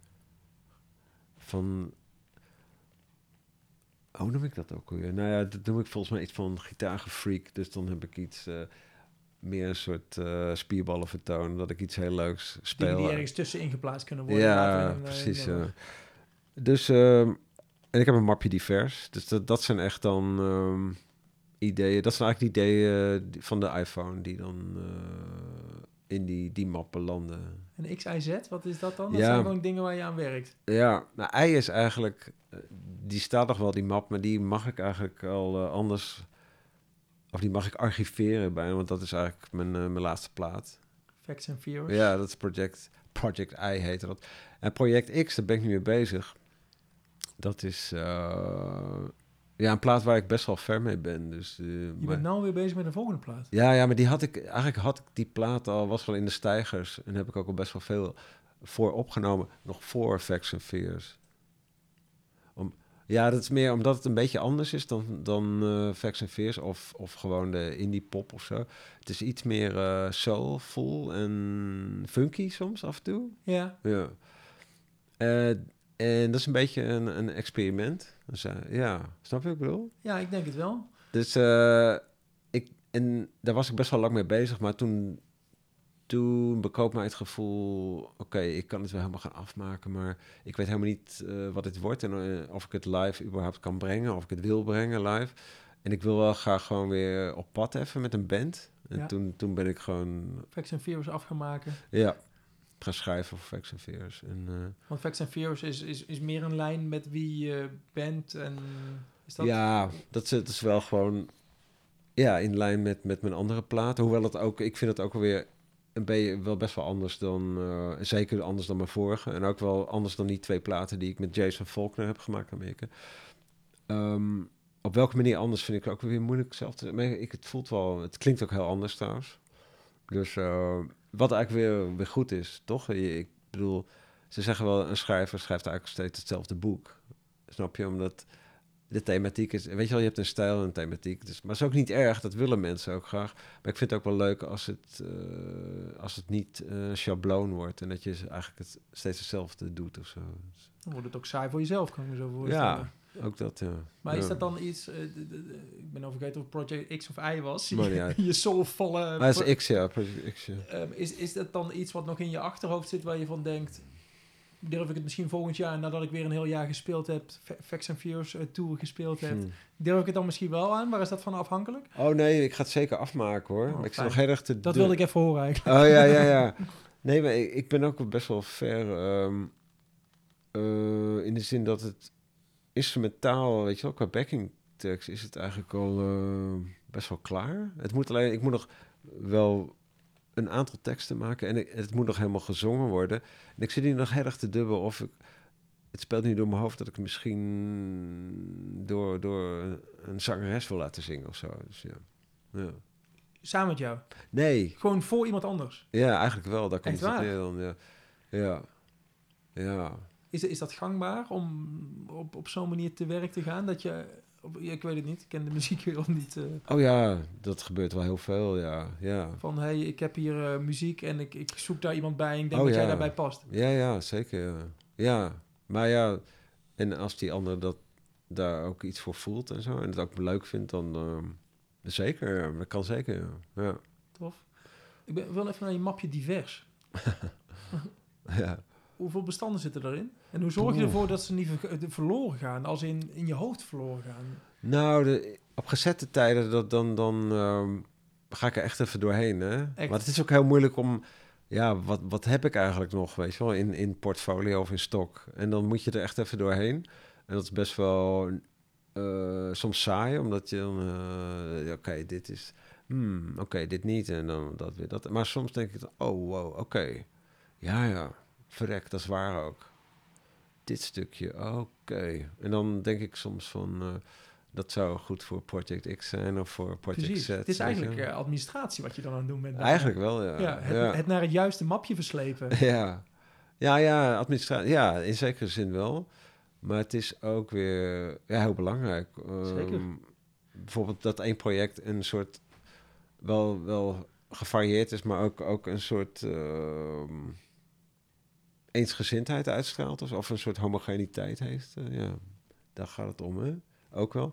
Hoe noem ik dat ook alweer? Nou ja, dat noem ik volgens mij iets van gitaargefreak. Dus dan heb ik iets... meer een soort spierballen vertoon, dat ik iets heel leuks speel. Die ergens tussenin geplaatst kunnen worden. Ja, precies. Dus, en ik heb een mapje divers. Dus dat zijn echt dan ideeën. Dat zijn eigenlijk de ideeën van de iPhone die dan in die mappen landen. En XIZ, wat is dat dan? Dat zijn gewoon dingen waar je aan werkt. Ja, nou, I is eigenlijk... die staat nog wel, die map, maar die mag ik eigenlijk al anders... Of die mag ik archiveren bijna, want dat is eigenlijk mijn laatste plaat. Facts and Fears. Ja, dat is Project I heette dat. En Project X, daar ben ik nu mee bezig. Dat is een plaat waar ik best wel ver mee ben. Dus, je bent nou weer bezig met een volgende plaat? Ja, maar eigenlijk had ik die plaat was wel in de stijgers. En heb ik ook al best wel veel voor opgenomen. Nog voor Facts and Fears. Ja, dat is meer omdat het een beetje anders is dan Facts and Fears of gewoon de indie pop of zo. Het is iets meer soulful en funky soms af en toe. Ja. En dat is een beetje een experiment. Dus, snap je wat ik bedoel? Ja, ik denk het wel. Dus daar was ik best wel lang mee bezig, maar toen bekoopt mij het gevoel... Oké, ik kan het wel helemaal gaan afmaken... maar ik weet helemaal niet wat het wordt... en of ik het live überhaupt kan brengen... of ik het wil brengen live. En ik wil wel graag gewoon weer op pad even met een band. En toen ben ik gewoon... Facts and Fears af gaan maken. Ja, gaan schrijven voor Facts and Fears. Want Facts and Fears is meer een lijn met wie je bent en... Is dat... Ja, dat is wel gewoon... Ja, in lijn met mijn andere platen. Hoewel het ook... Ik vind het ook alweer... wel best wel anders dan... zeker anders dan mijn vorige. En ook wel anders dan die 2 platen die ik met Jason Faulkner heb gemaakt in Amerika. Op welke manier anders vind ik ook weer moeilijk zelf te... Maar het voelt wel... Het klinkt ook heel anders trouwens. Dus wat eigenlijk weer goed is, toch? Ik bedoel, ze zeggen wel... Een schrijver schrijft eigenlijk steeds hetzelfde boek. Snap je? Omdat... De thematiek is... Weet je wel, je hebt een stijl en een thematiek. Dus, maar het is ook niet erg, dat willen mensen ook graag. Maar ik vind het ook wel leuk als het niet schabloon wordt... en dat je eigenlijk steeds hetzelfde doet of zo. Dan wordt het ook saai voor jezelf, kan ik me zo voorstellen. Ja, ook dat, ja. Maar is dat dan iets... ik ben al vergeten of Project X of Y was. Ja. Je soulvolle... Maar dat is X, ja. Project X, ja. Is dat dan iets wat nog in je achterhoofd zit... waar je van denkt... durf ik het misschien volgend jaar, nadat ik weer een heel jaar gespeeld heb, Facts and Fears Tour gespeeld heb, durf ik het dan misschien wel aan? Waar is dat van afhankelijk? Oh nee, ik ga het zeker afmaken hoor. Maar ik zit nog heel erg te... Dat wilde ik even horen eigenlijk. Oh ja. Nee, maar ik ben ook best wel ver in de zin dat het instrumentaal, weet je wel, qua backing tekst is het eigenlijk al best wel klaar. Ik moet nog wel een aantal teksten maken en het moet nog helemaal gezongen worden. En ik zit hier nog heel erg te dubben of het speelt nu door mijn hoofd dat ik het misschien door een zangeres wil laten zingen of zo. Dus ja. Samen met jou? Nee. Gewoon voor iemand anders? Ja, eigenlijk wel. Daar komt Echt waar? het neer dan. Ja. Is dat gangbaar om op zo'n manier te werk te gaan? Dat je... ik weet het niet, ik ken de muziekwereld niet. Oh ja, dat gebeurt wel heel veel, ja. Van, hey, ik heb hier muziek en ik zoek daar iemand bij en ik denk dat jij daarbij past. Ja, zeker. Ja, maar ja, en als die ander daar ook iets voor voelt en zo, en het ook leuk vindt, dan zeker, dat kan zeker, ja. Tof. Ik wil even naar je mapje divers. Ja. Hoeveel bestanden zitten erin? En hoe zorg je ervoor dat ze niet verloren gaan, als in je hoofd verloren gaan? Nou, op gezette tijden, dan ga ik er echt even doorheen, hè. Echt? Maar het is ook heel moeilijk om... Ja, wat heb ik eigenlijk nog, weet je wel, in portfolio of in stok? En dan moet je er echt even doorheen. En dat is best wel soms saai, omdat je dan... oké, dit is... oké, dit niet en dan dat weer dat. Maar soms denk ik, oh, wow, oké. Ja, verrek, dat is waar ook. Dit stukje, oké. En dan denk ik soms van... dat zou goed voor Project X zijn of voor Project Z. Het is eigenlijk administratie wat je dan aan het doen bent. Eigenlijk wel, ja. Het naar het juiste mapje verslepen. Ja, administratie. Ja, in zekere zin wel. Maar het is ook weer heel belangrijk. Zeker. Bijvoorbeeld dat één project een soort... wel gevarieerd is, maar ook een soort... eensgezindheid uitstraalt. Of een soort homogeniteit heeft. Ja, daar gaat het om, hè. Ook wel.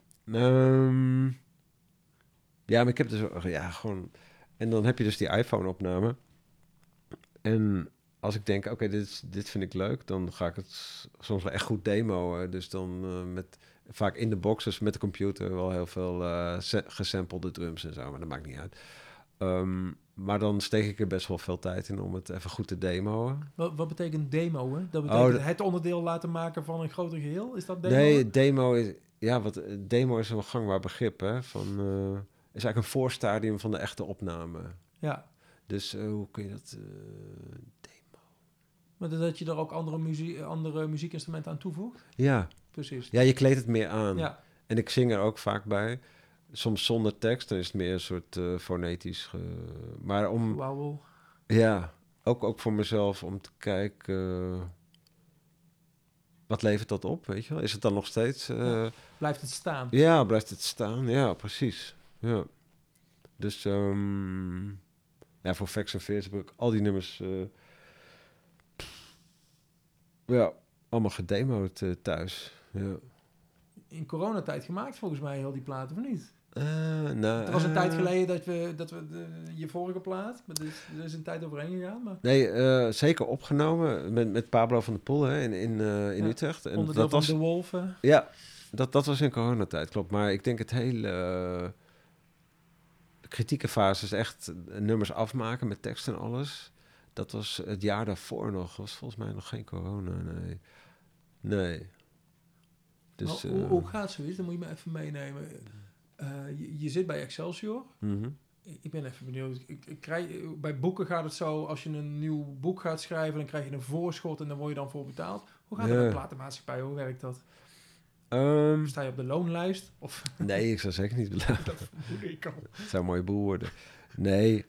Ja, maar ik heb dus gewoon... En dan heb je dus die iPhone-opname. En als ik denk, oké, dit vind ik leuk... dan ga ik het soms wel echt goed demoen. Dus dan vaak in de boxes met de computer... wel heel veel gesampelde drums en zo. Maar dat maakt niet uit. Maar dan steek ik er best wel veel tijd in om het even goed te demoen. Wat betekent demo, hè? Dat betekent het onderdeel laten maken van een groter geheel? Is dat demo? Nee, demo is... Ja, demo is een gangbaar begrip, hè. Is eigenlijk een voorstadium van de echte opname. Ja. Dus hoe kun je dat... demo? Maar dat je er ook andere muziekinstrumenten aan toevoegt? Ja. Precies. Ja, je kleedt het meer aan. Ja. En ik zing er ook vaak bij. Soms zonder tekst, dan is het meer een soort fonetisch... maar om... Wauw. Ja, ook voor mezelf om te kijken... wat levert dat op, weet je wel? Is het dan nog steeds... Blijft het staan? Ja, blijft het staan. Ja, precies. Ja. Dus voor Facts and Fears heb ik al die nummers... allemaal gedemoed thuis. Ja. In coronatijd gemaakt volgens mij heel die platen, of niet? Nou, er was een tijd geleden dat we je vorige plaat, maar er is een tijd overheen gegaan. Maar... Nee, zeker opgenomen met Pablo van der Poel hè, in Utrecht. En onderdeel van De Wolven. Ja, dat was in coronatijd, klopt. Maar ik denk het hele kritieke fase is echt nummers afmaken met tekst en alles. Dat was het jaar daarvoor nog. Was volgens mij nog geen corona, nee. Dus, hoe gaat zoiets? Dan moet je me even meenemen. Je zit bij Excelsior. Mm-hmm. Ik ben even benieuwd. Bij boeken gaat het zo, als je een nieuw boek gaat schrijven, dan krijg je een voorschot en dan word je dan voor betaald. Hoe gaat het met platenmaatschappij? Hoe werkt dat? Sta je op de loonlijst? Of? Nee, ik zou zeker niet beloven. Dat vermoed ik al. Het zou een mooie boel worden. Nee.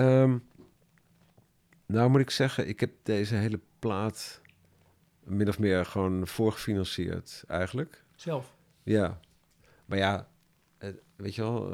Nou moet ik zeggen, ik heb deze hele plaat min of meer gewoon voorgefinancierd eigenlijk. Zelf? Ja. Maar ja, weet je wel,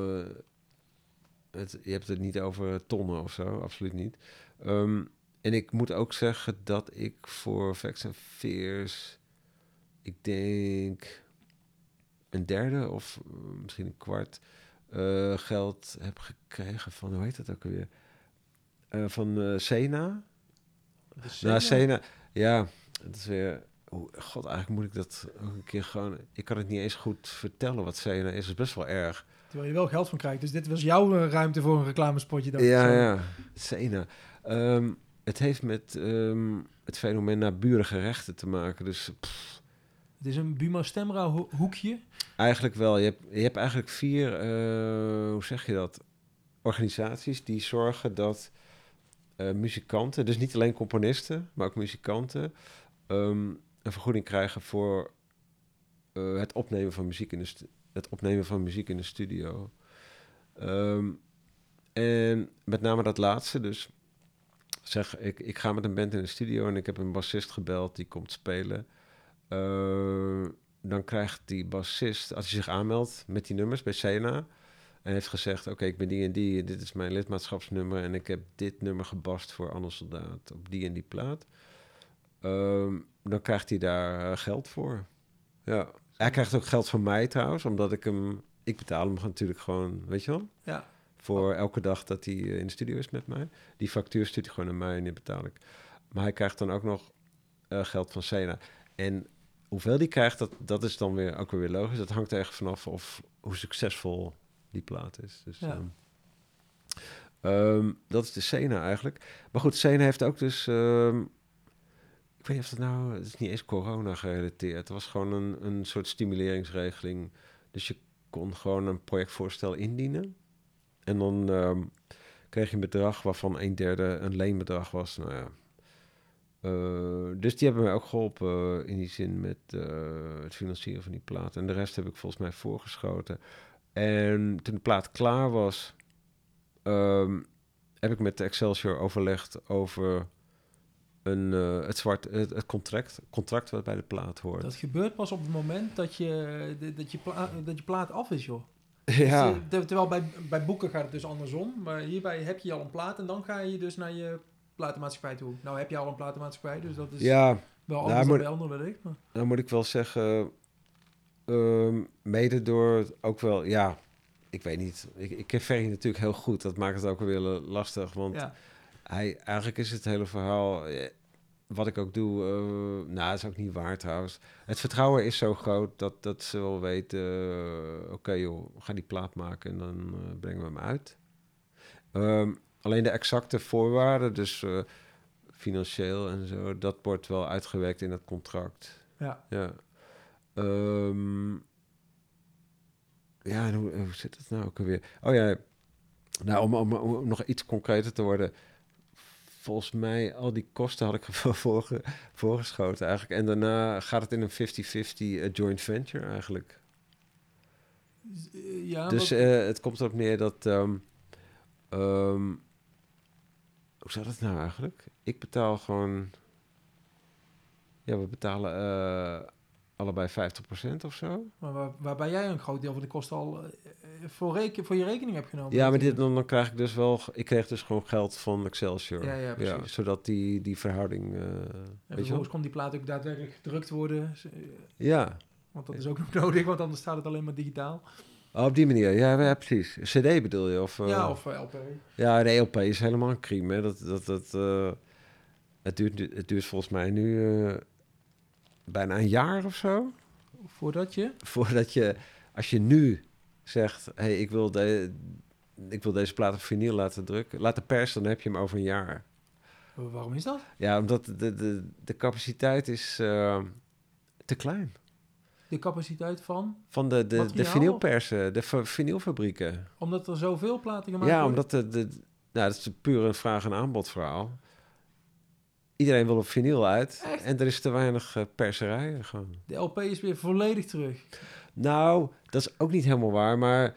je hebt het niet over tonnen of zo, absoluut niet. En ik moet ook zeggen dat ik voor Facts and Fears, ik denk een derde of misschien een kwart geld heb gekregen van, hoe heet dat ook alweer? Van Sena. Sena? Ja, het is weer... God, eigenlijk moet ik dat ook een keer gewoon... Ik kan het niet eens goed vertellen wat Sena is. Het is best wel erg. Terwijl je wel geld van krijgt. Dus dit was jouw ruimte voor een reclamespotje, dacht ik Ja, zo. ja. Sena. Het heeft met het fenomeen naburige rechten te maken. Dus Het is een Buma Stemra hoekje. eigenlijk wel. Je hebt eigenlijk 4, hoe zeg je dat? Organisaties die zorgen dat muzikanten, dus niet alleen componisten, maar ook muzikanten, een vergoeding krijgen voor het opnemen van muziek in de studio. En met name dat laatste, dus zeg ik ga met een band in de studio en ik heb een bassist gebeld die komt spelen. Dan krijgt die bassist, als hij zich aanmeldt met die nummers bij Sena en heeft gezegd, oké, ik ben die en die, dit is mijn lidmaatschapsnummer en ik heb dit nummer gebast voor Anne Soldaat op die en die plaat. Dan krijgt hij daar geld voor. Ja. Hij krijgt ook geld van mij trouwens, omdat ik betaal hem natuurlijk gewoon, weet je wel? Ja. Voor elke dag dat hij in de studio is met mij. Die factuur stuurt hij gewoon naar mij en die betaal ik. Maar hij krijgt dan ook nog geld van Sena. En hoeveel die krijgt, dat is dan ook weer logisch. Dat hangt er echt vanaf of hoe succesvol die plaat is. Dus, Ja. dat is de Sena eigenlijk. Maar goed, Sena heeft ook dus... ik weet niet of het nou... Het is niet eens corona gerelateerd. Het was gewoon een soort stimuleringsregeling. Dus je kon gewoon een projectvoorstel indienen. En dan kreeg je een bedrag waarvan 1/3 een leenbedrag was. Nou ja. Dus die hebben mij ook geholpen in die zin met het financieren van die plaat. En de rest heb ik volgens mij voorgeschoten. En toen de plaat klaar was, heb ik met de Excelsior overlegd over het contract wat bij de plaat hoort. Dat gebeurt pas op het moment dat je plaat af is, joh. Ja. Dus, terwijl bij boeken gaat het dus andersom. Maar hierbij heb je al een plaat en dan ga je dus naar je platenmaatschappij toe. Nou heb je al een platenmaatschappij, dus dat is wel anders dan bij anderen wellicht. Maar. Nou moet ik wel zeggen, mede door ook wel, ja, ik weet niet. Ik ken Ferry natuurlijk heel goed. Dat maakt het ook weer lastig, want eigenlijk is het hele verhaal... wat ik ook doe, dat is ook niet waar trouwens. Het vertrouwen is zo groot dat ze wel weten... oké joh, ga die plaat maken en dan brengen we hem uit. Alleen de exacte voorwaarden, dus financieel en zo... dat wordt wel uitgewerkt in het contract. Ja. Ja. En hoe zit het nou ook alweer? Oh ja, nou om nog iets concreter te worden... Volgens mij, al die kosten had ik voorgeschoten eigenlijk. En daarna gaat het in een 50-50 joint venture eigenlijk. Ja, dus het komt erop neer dat... hoe zat het nou eigenlijk? Ik betaal gewoon... Ja, we betalen allebei 50% of zo. Maar waarbij jij een groot deel van de kosten al voor je rekening hebt genomen. Ja, maar dan krijg ik dus wel... Ik kreeg dus gewoon geld van Excelsior. Ja, precies. Zodat die verhouding... en vervolgens kon die plaat ook daadwerkelijk gedrukt worden. Ja. Want dat is ook nog nodig, want anders staat het alleen maar digitaal. Oh, op die manier, ja, precies. CD bedoel je? Of LP. Ja, de LP is helemaal een crime. Hè. Het duurt volgens mij nu bijna een jaar of zo. Voordat je, als je nu zegt, hey, ik wil deze plaat op vinyl laten persen, dan heb je hem over een jaar. Waarom is dat? Ja, omdat de capaciteit is te klein. De capaciteit van? Van de vinylpersen, de vinylfabrieken. Omdat er zoveel platen gemaakt worden? Ja, omdat dat is puur een vraag- en aanbodverhaal. Iedereen wil op vinyl uit. Echt? En er is te weinig perserijen gewoon. De LP is weer volledig terug. Nou, dat is ook niet helemaal waar. Maar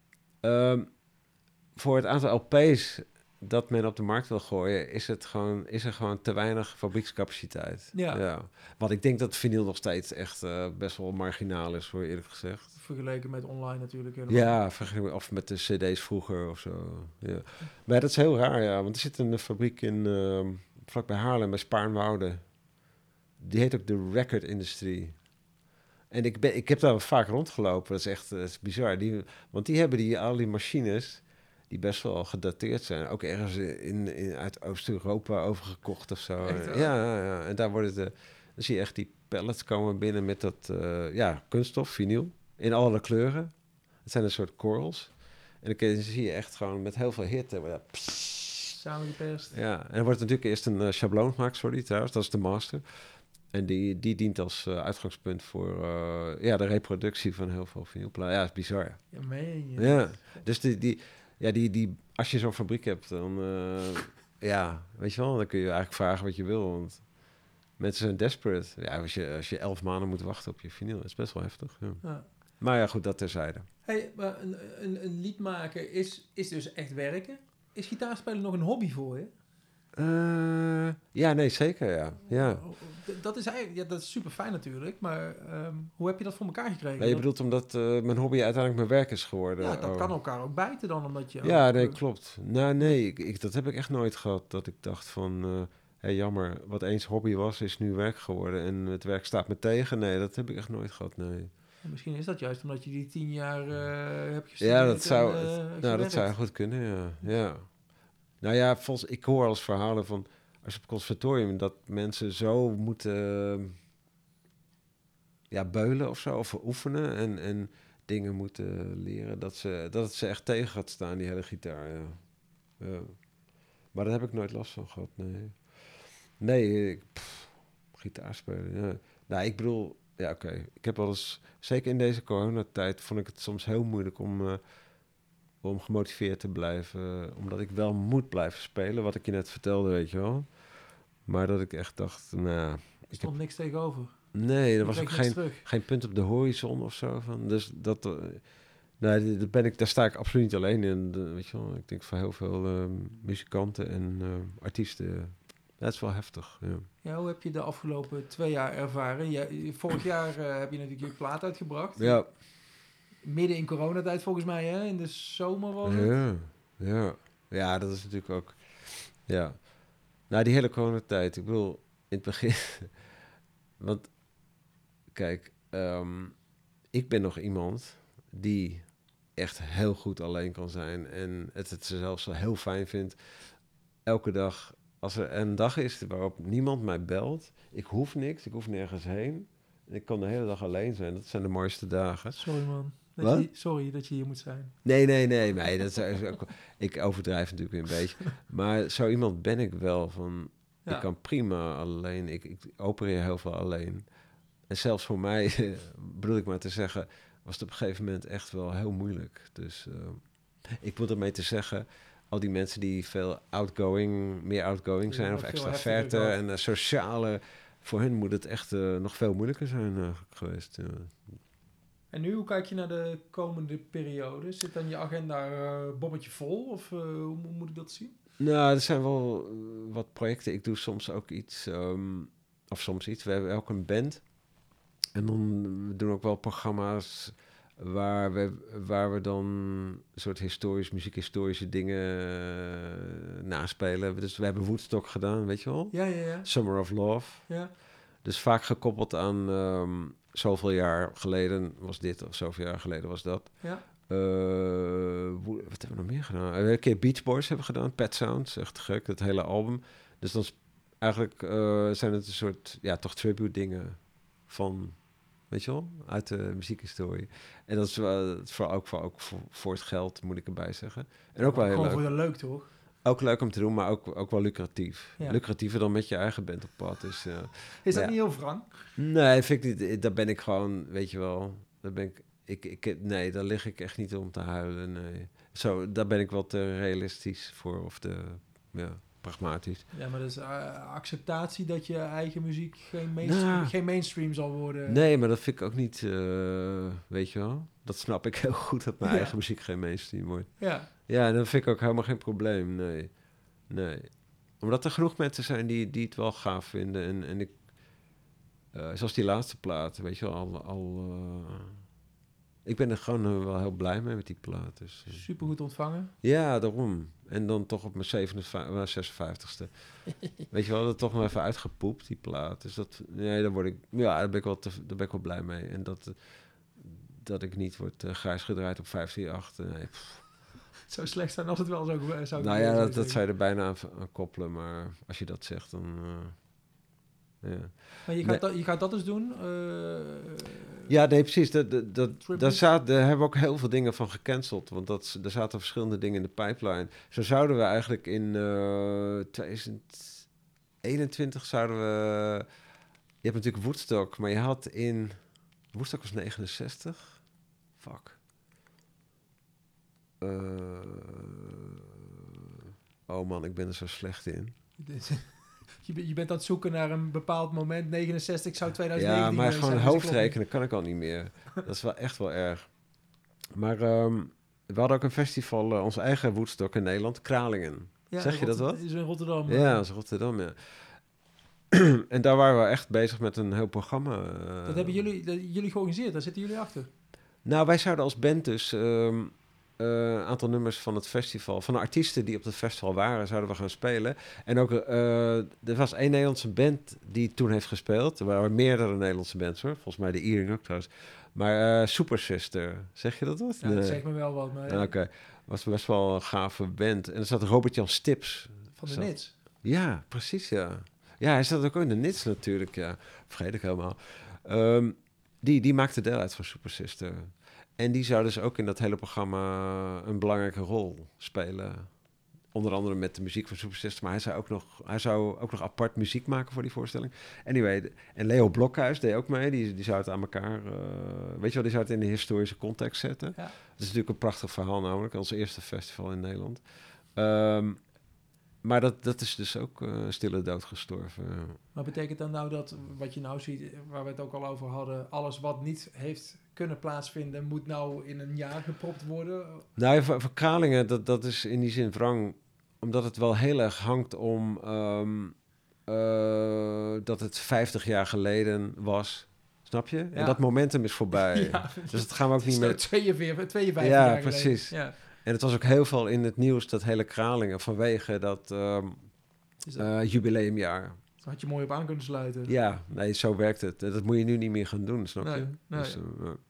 voor het aantal LP's dat men op de markt wil gooien... is er gewoon te weinig fabriekscapaciteit. Ja. Want ik denk dat vinyl nog steeds echt best wel marginaal is, voor eerlijk gezegd. Vergeleken met online natuurlijk. Ja, of met de cd's vroeger of zo. Ja. Maar dat is heel raar, ja. Want er zit een fabriek in... vlakbij Haarlem, bij Spaarnwoude. Die heet ook de Record Industrie. En ik heb daar vaak rondgelopen. Dat is echt bizar. Want die hebben al die machines... die best wel gedateerd zijn. Ook ergens uit Oost-Europa overgekocht of zo. Echt, Ja. En daar worden dan zie je echt die pallets komen binnen met dat kunststof, vinyl, in alle kleuren. Het zijn een soort korrels. En dan zie je echt gewoon met heel veel hitte. Samengeperst. Ja, en er wordt natuurlijk eerst een schabloon gemaakt, sorry trouwens, dat is de master. En die dient als uitgangspunt voor de reproductie van heel veel vinylplaten. Ja, dat is bizar. Ja, meen je? Ja, dus die als je zo'n fabriek hebt, dan weet je wel, dan kun je eigenlijk vragen wat je wil. Want mensen zijn desperate. Ja, als je 11 maanden moet wachten op je vinyl, dat is best wel heftig. Ja. Ja. Maar ja, goed, dat terzijde. Hey, maar een lied maken is dus echt werken. Is gitaarspelen nog een hobby voor je? Ja, nee, zeker, ja. Dat is eigenlijk, dat is super fijn natuurlijk, maar hoe heb je dat voor elkaar gekregen? Nee, je bedoelt omdat mijn hobby uiteindelijk mijn werk is geworden. Ja, dat kan elkaar ook bijten dan, omdat je... Ja, nee, klopt. Nou, nee, dat heb ik echt nooit gehad. Dat ik dacht van, jammer, wat eens hobby was, is nu werk geworden. En het werk staat me tegen. Nee, dat heb ik echt nooit gehad, nee. Misschien is dat juist omdat je die 10 jaar hebt gestudeerd. Ja, dat zou, dat zou goed kunnen, ja. Nou ja, ik hoor als verhalen van, als je op het conservatorium, dat mensen zo moeten beulen of zo, of oefenen en dingen moeten leren, dat het ze echt tegen gaat staan, die hele gitaar, ja. Maar daar heb ik nooit last van gehad, nee. Nee, gitaar spelen, ja. Nou, ik bedoel, ja, oké. Ik heb wel eens, zeker in deze coronatijd, vond ik het soms heel moeilijk om gemotiveerd te blijven. Omdat ik wel moet blijven spelen, wat ik je net vertelde, weet je wel. Maar dat ik echt dacht, nou... Er stond niks tegenover. Nee, er was ook geen punt op de horizon of zo. Dus dat... daar sta ik absoluut niet alleen in. Weet je wel, ik denk van heel veel muzikanten en artiesten. Dat is wel heftig, ja. Ja, hoe heb je de afgelopen 2 jaar ervaren? Vorig jaar heb je natuurlijk je plaat uitgebracht. Ja. Midden in coronatijd volgens mij, hè? In de zomer was het. Ja, dat is natuurlijk ook... Ja. Nou, die hele coronatijd, ik bedoel, in het begin... Want, kijk, ik ben nog iemand die echt heel goed alleen kan zijn en het zelfs wel heel fijn vindt. Elke dag, als er een dag is waarop niemand mij belt, ik hoef niks, ik hoef nergens heen. En ik kan de hele dag alleen zijn, dat zijn de mooiste dagen. Sorry man. Sorry dat je hier moet zijn. Nee. Ik overdrijf natuurlijk weer een beetje. Maar zo iemand ben ik wel van... Ja. Ik kan prima alleen. Ik opereer heel veel alleen. En zelfs voor mij, bedoel ik maar te zeggen... was het op een gegeven moment echt wel heel moeilijk. Dus ik wil ermee te zeggen... al die mensen die meer outgoing zijn... of extraverte en sociale... voor hen moet het echt nog veel moeilijker zijn geweest. En nu, hoe kijk je naar de komende periode? Zit dan je agenda bommetje vol? Of hoe moet ik dat zien? Nou, er zijn wel wat projecten. Ik doe soms ook iets, we hebben ook een band. En dan doen we ook wel programma's waar we dan een soort muziekhistorische dingen naspelen. Dus we hebben Woodstock gedaan, weet je wel? Ja. Summer of Love. Ja. Dus vaak gekoppeld aan zoveel jaar geleden was dit, of zoveel jaar geleden was dat. Ja. Wat hebben we nog meer gedaan? We hebben een keer Beach Boys hebben gedaan. Pet Sounds, echt gek, dat hele album. Dus dan eigenlijk zijn het een soort, toch tribute dingen van, weet je wel, uit de muziekhistorie. En dat is vooral ook voor het geld, moet ik erbij zeggen. En ook wel heel leuk. Gewoon leuk, toch? Ook leuk om te doen, maar ook wel lucratief. Ja. Lucratiever dan met je eigen band op pad. Dus, is dat niet heel wrang? Nee, vind ik niet. Daar ben ik gewoon, weet je wel, daar ben nee, daar lig ik echt niet om te huilen, nee. Daar ben ik wel te realistisch voor, of pragmatisch. Ja, maar dat is acceptatie dat je eigen muziek geen mainstream zal worden. Nee, maar dat vind ik ook niet, weet je wel. Dat snap ik heel goed, dat mijn eigen muziek geen mainstream wordt. Ja. Ja, en dat vind ik ook helemaal geen probleem, nee. Omdat er genoeg mensen zijn die het wel gaaf vinden. En ik, zoals die laatste plaat, weet je wel, ik ben er gewoon wel heel blij mee met die plaat. Dus, supergoed ontvangen. Ja, daarom. En dan toch op mijn 56ste. Weet je wel, dat toch nog even uitgepoept, die plaat. Dus daar ben ik wel blij mee. En dat ik niet word grijs gedraaid op 538. Nee, zou slecht zijn als het wel zou Nou ja, dat zou je er bijna aan koppelen, maar als je dat zegt, dan... ja. Maar je gaat dat dus doen? Ja, nee, precies. Daar hebben we ook heel veel dingen van gecanceld. Want er zaten verschillende dingen in de pipeline. Zo zouden we eigenlijk in 2021 zouden we... Je hebt natuurlijk Woodstock, maar je had in... Woodstock was 69? Fuck. Oh man, ik ben er zo slecht in. Je bent aan het zoeken naar een bepaald moment. 69 zou 2019 Ja, maar gewoon zijn, hoofdrekenen kan ik al niet meer. Dat is wel echt wel erg. Maar we hadden ook een festival, ons eigen Woodstock in Nederland, Kralingen. Ja, zeg je dat wat? Is in Rotterdam. Ja, dat is Rotterdam, ja. En daar waren we echt bezig met een heel programma. Dat hebben jullie georganiseerd, daar zitten jullie achter. Nou, wij zouden als band dus een aantal nummers van het festival, van de artiesten die op het festival waren, zouden we gaan spelen. En ook, er was één Nederlandse band die toen heeft gespeeld. Er waren meerdere Nederlandse bands hoor, volgens mij de Earring ook trouwens. Maar Super Sister, zeg je dat wat? Ja, nee. Dat zegt me wel wat. Maar... Oké, was best wel een gave band. En er zat Robert-Jan Stips. Van de Nits? Ja, precies ja. Ja, hij zat ook in de Nits natuurlijk, ja. Vergeet ik helemaal. Die maakte deel uit van Super Sister. En die zou dus ook in dat hele programma een belangrijke rol spelen. Onder andere met de muziek van Super Sister. Maar hij zou ook nog apart muziek maken voor die voorstelling. Anyway, en Leo Blokhuis deed ook mee. Die zou het aan elkaar... weet je wel, die zou het in de historische context zetten. Ja. Dat is natuurlijk een prachtig verhaal namelijk. Ons eerste festival in Nederland. Maar dat is dus ook stille dood gestorven. Maar betekent dan nou dat wat je nou ziet, waar we het ook al over hadden, alles wat niet heeft kunnen plaatsvinden, moet nou in een jaar gepropt worden? Nou, voor Kralingen, dat is in die zin wrang, omdat het wel heel erg hangt om dat het 50 jaar geleden was. Snap je? Ja. En dat momentum is voorbij. Ja, dus dat gaan we ook niet meer... 52 jaar geleden. Precies. Ja. En het was ook heel veel in het nieuws, dat hele Kralingen, vanwege dat jubileumjaar. Daar had je mooi op aan kunnen sluiten. Ja, nee, zo werkt het. Dat moet je nu niet meer gaan doen, snap je? Nee. Dus,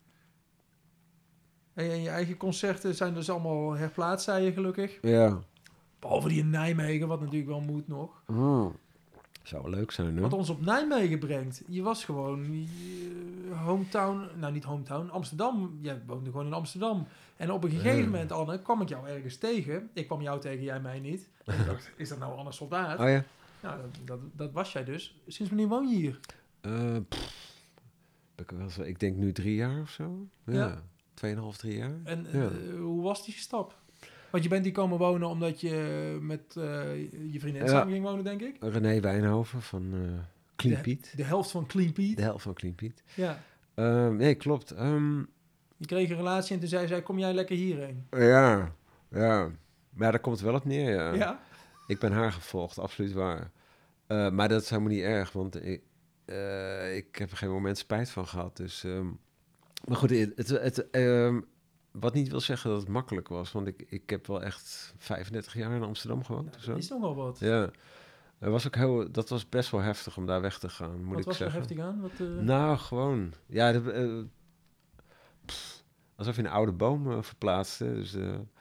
en je eigen concerten zijn dus allemaal herplaatst, zei je gelukkig. Ja. Behalve die in Nijmegen, wat natuurlijk wel moet nog. Zou wel leuk zijn, hè? Wat ons op Nijmegen brengt. Je was gewoon hometown, nou niet hometown, Amsterdam. Jij woonde gewoon in Amsterdam. En op een gegeven moment, Anne, kwam ik jou ergens tegen. Ik kwam jou tegen, jij mij niet. En ik dacht, is dat nou Anne Soldaat? Oh ja? Nou, dat was jij dus. Sinds wanneer woon je hier? Ik denk nu 3 jaar of zo. Ja. 2,5, 3 jaar. En hoe was die stap? Want je bent hier komen wonen omdat je met je vriendin samen ging wonen, denk ik? René Wijnhoven van Clean Piet. De helft van Clean Piet? De helft van Clean Piet. Ja. Nee, klopt. Je kreeg een relatie en toen zei zij, kom jij lekker hierheen? Ja. Maar daar komt het wel op neer, ja. Ik ben haar gevolgd, absoluut waar. Maar dat is helemaal niet erg, want ik heb er geen moment spijt van gehad. Dus, maar goed, wat niet wil zeggen dat het makkelijk was. Want ik heb wel echt 35 jaar in Amsterdam gewoond. Dat is nog wel wat. Ja. Dat was best wel heftig om daar weg te gaan, moet ik zeggen. Wat was er heftig aan? Nou, gewoon... Ja, alsof je een oude boom verplaatste. Dus,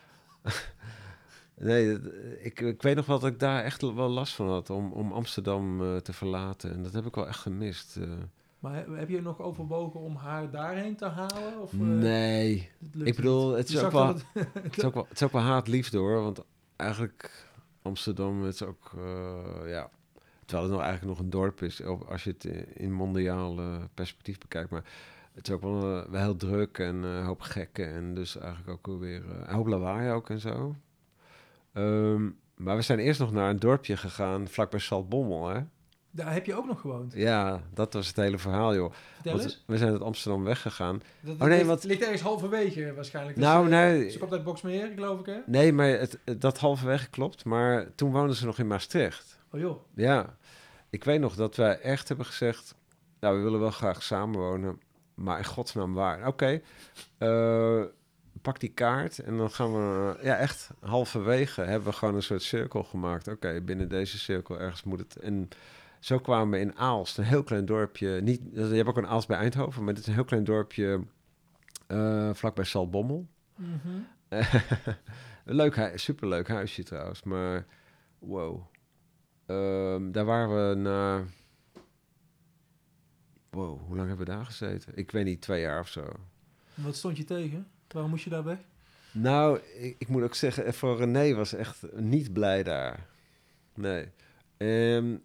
nee, ik weet nog wel dat ik daar echt wel last van had om Amsterdam te verlaten. En dat heb ik wel echt gemist. Maar heb je nog overwogen om haar daarheen te halen? Of, nee, ik bedoel, het is ook wel haat-liefde hoor. Want eigenlijk Amsterdam is ook, terwijl het eigenlijk nog een dorp is, als je het in mondiaal perspectief bekijkt. Maar het is ook wel heel druk en een hoop gekken. En dus eigenlijk ook wel weer een hoop lawaai ook en zo. Maar we zijn eerst nog naar een dorpje gegaan, vlakbij Zaltbommel, hè. Daar heb je ook nog gewoond? Ja, dat was het hele verhaal, joh. Vertel eens. We zijn uit Amsterdam weggegaan. Het ligt ergens halverwege waarschijnlijk. Dus, nee. Ze komt uit Boxmeer, geloof ik, hè? Nee, maar dat halverwege klopt. Maar toen woonden ze nog in Maastricht. Oh joh. Ja. Ik weet nog dat wij echt hebben gezegd... Nou, we willen wel graag samenwonen. Maar in godsnaam waar? Oké. Pak die kaart en dan gaan we... echt halverwege hebben we gewoon een soort cirkel gemaakt. Oké, binnen deze cirkel ergens moet het... En zo kwamen we in Aalst, een heel klein dorpje. Je hebt ook een Aalst bij Eindhoven, maar dit is een heel klein dorpje vlakbij Zaltbommel. Mm-hmm. Superleuk huisje trouwens, maar wow. Daar waren we na... Wow, hoe lang hebben we daar gezeten? Ik weet niet, 2 jaar of zo. Wat stond je tegen? Waarom moest je daar weg? Nou, ik moet ook zeggen, voor René was echt niet blij daar. Nee. En,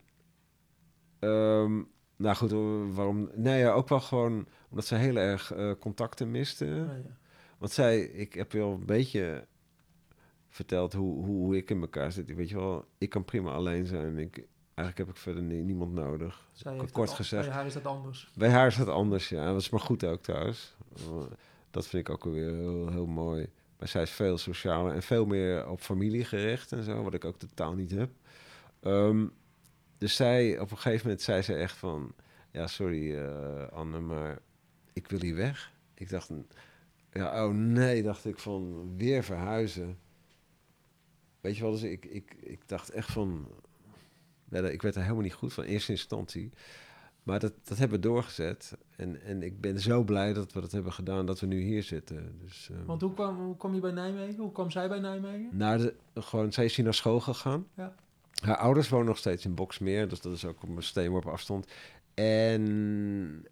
nou goed, waarom? Nee, ja, ook wel gewoon omdat ze heel erg contacten miste. Oh, ja. Want ik heb je al een beetje verteld hoe ik in elkaar zit. Weet je wel, ik kan prima alleen zijn. Eigenlijk heb ik verder niemand nodig. Kort gezegd. Bij haar is dat anders. Bij haar is dat anders, ja. Dat is maar goed ook trouwens. Dat vind ik ook weer heel, heel mooi. Maar zij is veel socialer en veel meer op familie gericht en zo, wat ik ook totaal niet heb. Dus op een gegeven moment zei ze echt van... Ja, sorry Anne, maar ik wil hier weg. Ik dacht, ja, oh nee, dacht ik van, weer verhuizen. Weet je wel, dus ik dacht echt van... Ja, ik werd er helemaal niet goed van, in eerste instantie. Maar dat hebben we doorgezet. En ik ben zo blij dat we dat hebben gedaan, dat we nu hier zitten. Dus, Want hoe kwam je bij Nijmegen? Hoe kwam zij bij Nijmegen? Zij is hier naar school gegaan. Ja. Haar ouders wonen nog steeds in Boxmeer, dus dat is ook op een steenworp afstand. En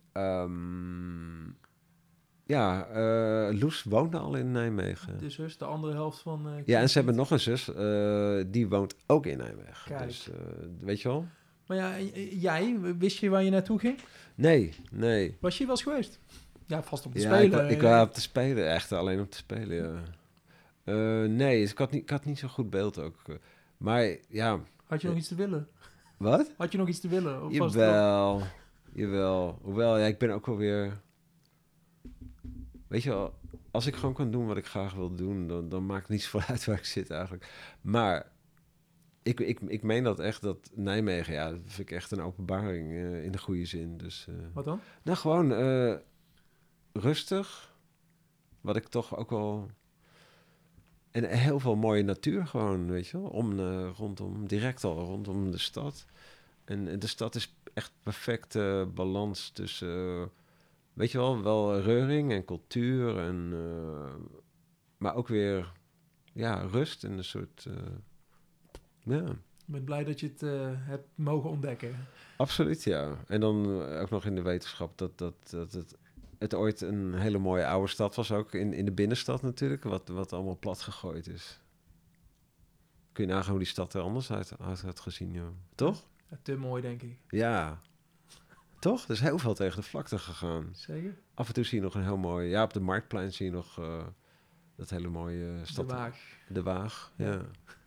Loes woonde al in Nijmegen. De zus, de andere helft van... Ja, en ze hebben nog een zus, die woont ook in Nijmegen. Kijk. Dus weet je wel? Maar ja, jij, wist je waar je naartoe ging? Nee. Was je wel eens geweest? Ja, vast om te Ja, spelen. ik wou op te spelen, echt alleen om te spelen, ja. Nee, dus ik had niet zo'n goed beeld ook. Maar ja... Had je nog iets te willen? Wat? Had je nog iets te willen? Of was het Jawel. Hoewel, ja, ik ben ook wel weer... Weet je wel, als ik gewoon kan doen wat ik graag wil doen, dan maakt het niet zoveel uit waar ik zit eigenlijk. Maar ik meen dat echt, dat Nijmegen, ja, dat vind ik echt een openbaring in de goede zin. Dus, Wat dan? nou, gewoon rustig. Wat ik toch ook wel... En heel veel mooie natuur gewoon, weet je wel. Direct al rondom de stad. En de stad is echt perfecte balans tussen... weet je wel reuring en cultuur. Maar ook weer, ja, rust en een soort... ja. Ik ben blij dat je het hebt mogen ontdekken. Absoluut, ja. En dan ook nog in de wetenschap dat het ooit een hele mooie oude stad was ook. In de binnenstad natuurlijk, wat allemaal plat gegooid is. Kun je nagaan hoe die stad er anders uit had gezien, joh. Toch? Ja, te mooi, denk ik. Ja. Toch? Er is heel veel tegen de vlakte gegaan. Zeker? Af en toe zie je nog een heel mooi... Ja, op de Marktplein zie je nog dat hele mooie stad. De Waag. De Waag, ja.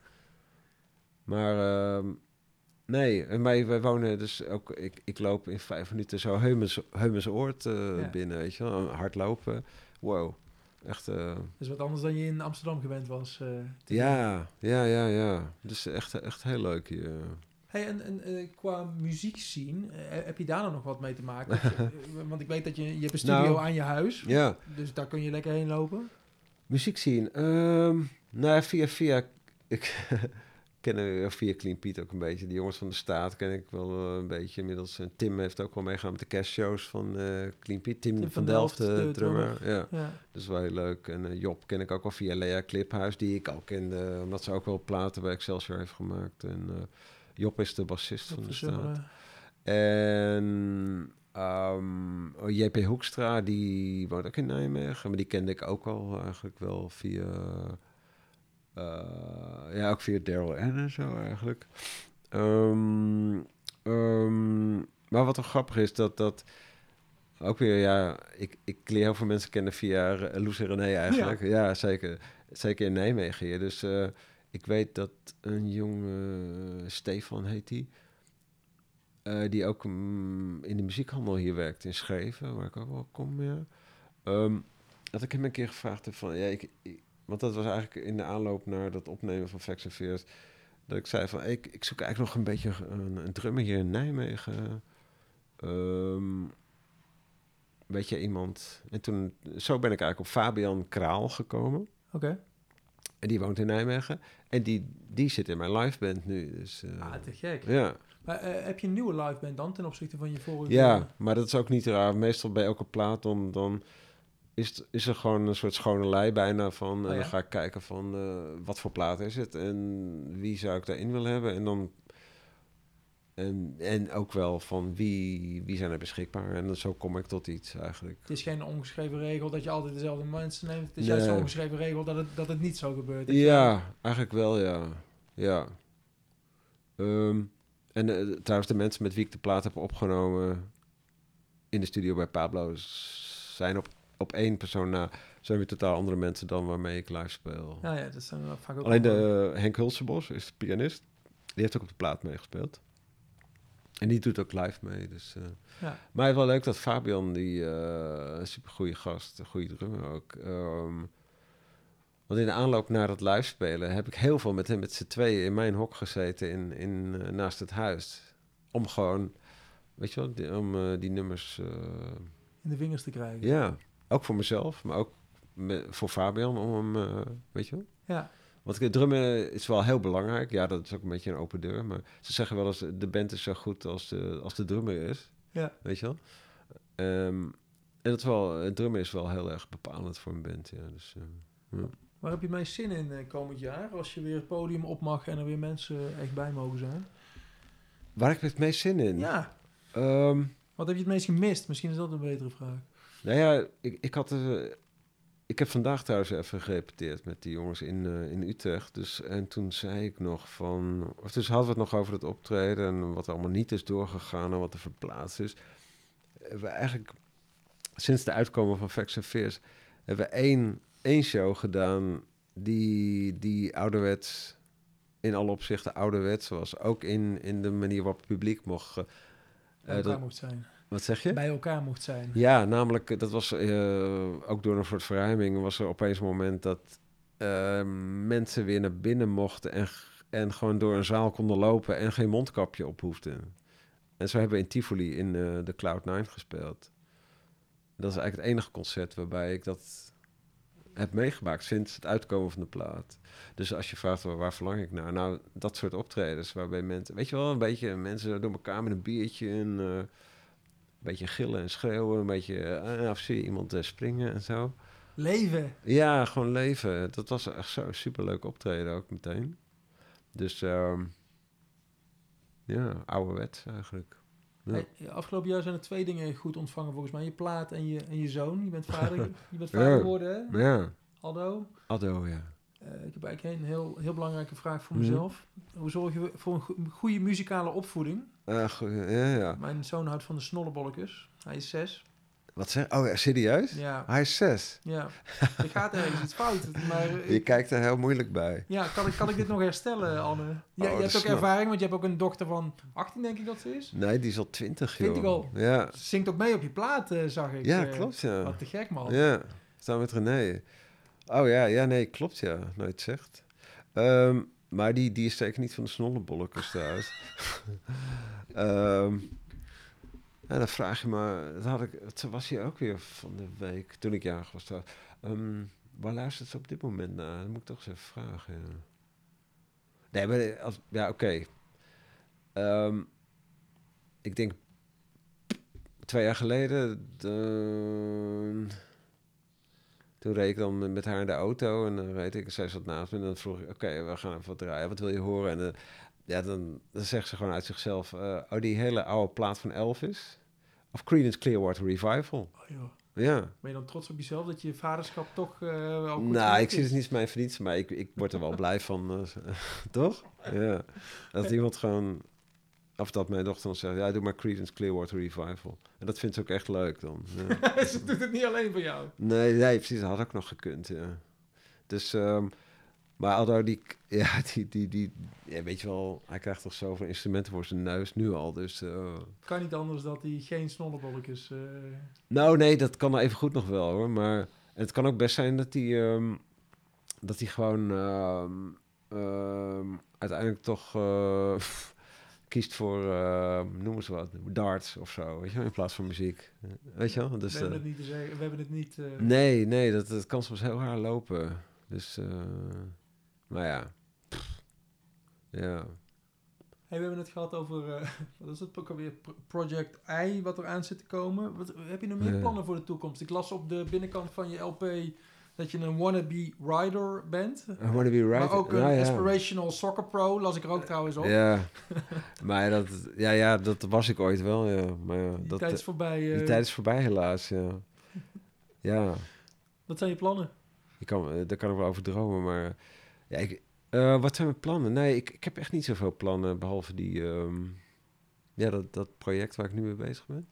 Maar nee, wij wonen dus ook... Ik loop in 5 minuten zo Heumensoord binnen, weet je wel. Hardlopen. Wow. Echt... Dat is wat anders dan je in Amsterdam gewend was. Ja. Dus echt heel leuk hier. Hey, en qua muziek zien, heb je daar nou nog wat mee te maken? Want ik weet dat je hebt een studio aan je huis. Ja. Dus daar kun je lekker heen lopen. Muziek zien? Nou, via... Ik ken via Clean Pete ook een beetje. Die jongens van de Staat ken ik wel een beetje inmiddels. En Tim heeft ook wel meegedaan met de kerstshows van Clean Pete. Tim van Delft, de drummer. Ja. Dat is wel heel leuk. En Job ken ik ook wel via Lea Cliphuis, die ik al kende. Omdat ze ook wel platen bij Excelsior heeft gemaakt. En Job is de bassist van de Staat. En JP Hoekstra, die woont ook in Nijmegen. Maar die kende ik ook al eigenlijk wel via... ook via Daryl Ann en zo eigenlijk. Maar wat toch grappig is, dat ook weer, ja, ik leer heel veel mensen kennen via Loes en René eigenlijk. Ja, zeker. Zeker in Nijmegen hier. Dus ik weet dat een jonge Stefan heet die ook in de muziekhandel hier werkt in Scheven, waar ik ook wel kom, ja. Dat ik hem een keer gevraagd heb van, ja, want dat was eigenlijk in de aanloop naar dat opnemen van Facts and Fears, dat ik zei van, ik zoek eigenlijk nog een beetje een drummer hier in Nijmegen. Weet je, iemand... En zo ben ik eigenlijk op Fabian Kraal gekomen. Oké. En die woont in Nijmegen. En die zit in mijn liveband nu. Dus, te gek. Ja. Maar heb je een nieuwe liveband dan ten opzichte van je vorige? Ja, maar dat is ook niet raar. Meestal bij elke plaat dan is er gewoon een soort schone lei bijna van. En ja. dan ga ik kijken van wat voor plaat is het en wie zou ik daarin willen hebben. En dan en ook wel van wie zijn er beschikbaar. En dan zo kom ik tot iets eigenlijk. Het is geen ongeschreven regel dat je altijd dezelfde mensen neemt. Het is Nee. juist een ongeschreven regel dat het niet zo gebeurt. Ja, eigenlijk wel, ja. En trouwens, de mensen met wie ik de plaat heb opgenomen in de studio bij Pablo zijn op één persoon na. Zijn weer totaal andere mensen dan waarmee ik live speel. Ja, dat zijn vaak ook... Alleen Henk Hulsebos is de pianist. Die heeft ook op de plaat meegespeeld. En die doet ook live mee. Dus, ja. Maar het is wel leuk dat Fabian, die super goede gast, een goede drummer ook. Want in de aanloop naar het live spelen heb ik heel veel met hem met z'n tweeën in mijn hok gezeten naast het huis. Om gewoon, weet je wel, om die nummers... in de vingers te krijgen. Ja, ook voor mezelf, maar ook voor Fabian om hem, weet je wel. Ja. Want drummen is wel heel belangrijk. Ja, dat is ook een beetje een open deur. Maar ze zeggen wel eens, de band is zo goed als de drummer is. Ja. Weet je wel? En dat is wel, het drummen is wel heel erg bepalend voor een band. Ja. Dus, ja. Waar heb je het meest zin in komend jaar? Als je weer het podium op mag en er weer mensen echt bij mogen zijn? Waar heb ik het meest zin in? Ja. Wat heb je het meest gemist? Misschien is dat een betere vraag. Nou ja, ik heb vandaag trouwens even gerepeteerd met die jongens in Utrecht. Dus, en toen zei ik nog van... Of dus hadden we het nog over het optreden en wat er allemaal niet is doorgegaan en wat er verplaatst is. We eigenlijk, sinds de uitkomen van Facts and Fears, hebben we één show gedaan die ouderwets, in alle opzichten ouderwets was. Ook in de manier waarop het publiek mocht... bij elkaar mocht zijn. Wat zeg je? Bij elkaar mocht zijn. Ja, namelijk, dat was ook door een soort verruiming, was er opeens een moment dat mensen weer naar binnen mochten en gewoon door een zaal konden lopen en geen mondkapje op hoefden. En zo hebben we in Tivoli in de Cloud9 gespeeld. Dat is eigenlijk het enige concert waarbij ik dat heb meegemaakt sinds het uitkomen van de plaat. Dus als je vraagt waar verlang ik naar? Nou, dat soort optredens waarbij mensen, weet je wel, een beetje mensen door elkaar met een biertje en... een beetje gillen en schreeuwen, een beetje of zie je iemand springen en zo. Leven. Ja, gewoon leven. Dat was echt zo superleuk optreden ook meteen. Dus ja, ouderwets eigenlijk. Ja. Hey, afgelopen jaar zijn er 2 dingen goed ontvangen volgens mij. Je plaat en je zoon. Je bent vader, geworden, hè? Ja. Aldo, ja. Ik heb eigenlijk een heel belangrijke vraag voor mezelf. Hoe zorg je voor een goede muzikale opvoeding? Ja. Mijn zoon houdt van de snollebolletjes. Hij is 6. Wat zeg? Oh, ja, serieus? Ja. Hij is 6. Ja. Er gaat ergens iets fout. Maar je kijkt er heel moeilijk bij. Ja, kan ik dit nog herstellen, Anne? Je hebt ook ervaring, want je hebt ook een dochter van 18, denk ik dat ze is. Nee, die is al 20, joh. 20 al? Ja. Ze zingt ook mee op je plaat, zag ik. Ja, klopt, ja. Wat te gek, man. Ja, samen met René. Oh ja, nee, klopt, ja. Nooit zegt. Maar die is zeker niet van de snollebolletjes trouwens. En dan vraag je me, dat was hier ook weer van de week, toen ik jarig was trouwens. Waar luistert ze op dit moment naar? Dat moet ik toch eens even vragen. Ja. Nee, maar oké. Ik denk 2 jaar geleden, toen reed ik dan met haar in de auto en dan reed ik, zij zat naast me en dan vroeg ik, oké, we gaan even wat draaien, wat wil je horen? En dan zegt ze gewoon uit zichzelf, die hele oude plaat van Elvis, of Creedence Clearwater Revival. Oh, joh. Ja. Ben je dan trots op jezelf dat je vaderschap toch wel goed Nou, ik zie is? het niet als mijn verdienste, maar ik word er wel blij van, toch? Ja. Dat iemand gewoon, of dat mijn dochter dan zegt, ja, doe maar Creedence Clearwater Revival. En dat vindt ze ook echt leuk dan. Ja. Ze doet het niet alleen voor jou. Nee, precies, dat had ook nog gekund, ja. Dus, maar Aldo, die weet je wel, hij krijgt toch zoveel instrumenten voor zijn neus nu al, dus... Kan niet anders dat hij geen snollebolletjes... Nou, nee, dat kan even goed nog wel, hoor, maar het kan ook best zijn dat hij gewoon uiteindelijk toch kiest voor, noem eens wat, darts of zo, weet je wel, in plaats van muziek. Weet je wel? Dus, we hebben het niet te zeggen, we hebben het niet... Nee, dat kan soms heel raar lopen. Dus, maar ja. Ja. Hey, we hebben het gehad over, wat is het ook alweer, Project I, wat er aan zit te komen. Heb je nog meer plannen voor de toekomst? Ik las op de binnenkant van je LP dat je een wannabe rider bent. Wannabe rider? Maar ook een aspirational soccer pro, las ik er ook trouwens op. Ja, maar dat was ik ooit wel, ja. Maar die tijd is voorbij. Die tijd is voorbij helaas, ja. Ja. Wat zijn je plannen? Daar kan ik wel over dromen, maar... wat zijn mijn plannen? Nee, ik heb echt niet zoveel plannen, behalve die... dat project waar ik nu mee bezig ben.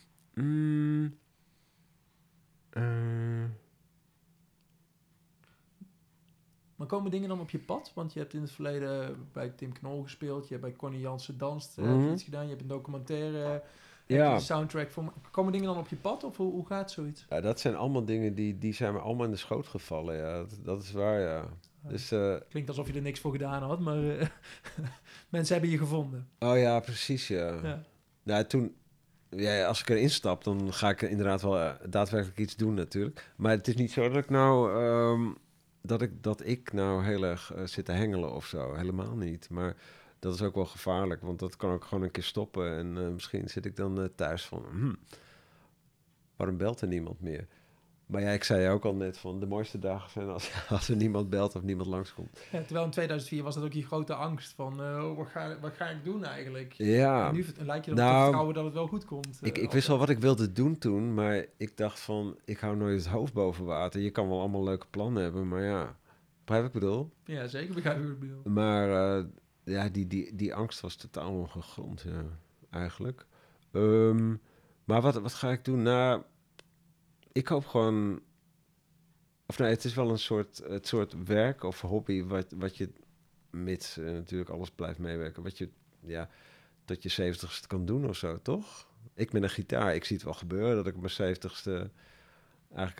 Maar komen dingen dan op je pad? Want je hebt in het verleden bij Tim Knol gespeeld. Je hebt bij Connie Jansen Danst iets gedaan. Je hebt een documentaire... een soundtrack voor... Komen dingen dan op je pad? Of hoe gaat zoiets? Ja, dat zijn allemaal dingen die zijn me allemaal in de schoot gevallen. Ja, dat is waar, ja. Dus, klinkt alsof je er niks voor gedaan had, maar mensen hebben je gevonden. Oh ja, precies, ja. Nou, toen... Ja, als ik erin stap, dan ga ik inderdaad wel daadwerkelijk iets doen natuurlijk. Maar het is niet zo dat ik nou... dat ik nou heel erg zit te hengelen of zo. Helemaal niet. Maar dat is ook wel gevaarlijk, want dat kan ook gewoon een keer stoppen. En misschien zit ik dan thuis van... waarom belt er niemand meer? Maar ja, ik zei ook al net van... de mooiste dagen zijn als er niemand belt of niemand langskomt. Ja, terwijl in 2004 was dat ook je grote angst van... wat ga ik doen eigenlijk? Ja. En nu lijkt je erop te vertrouwen dat het wel goed komt. Ik wist wel wat ik wilde doen toen, maar ik dacht van... ik hou nooit het hoofd boven water. Je kan wel allemaal leuke plannen hebben, maar ja... Begrijp ik bedoel? Ja, zeker begrijp ik wat ik bedoel. Maar die angst was totaal ongegrond, ja, eigenlijk. Maar wat ga ik doen? Nou, ik hoop gewoon... Of nee, het is wel het soort werk of hobby wat je... mits natuurlijk alles blijft meewerken... wat je, tot je 70ste kan doen of zo, toch? Ik met een gitaar, ik zie het wel gebeuren... dat ik op mijn 70ste... eigenlijk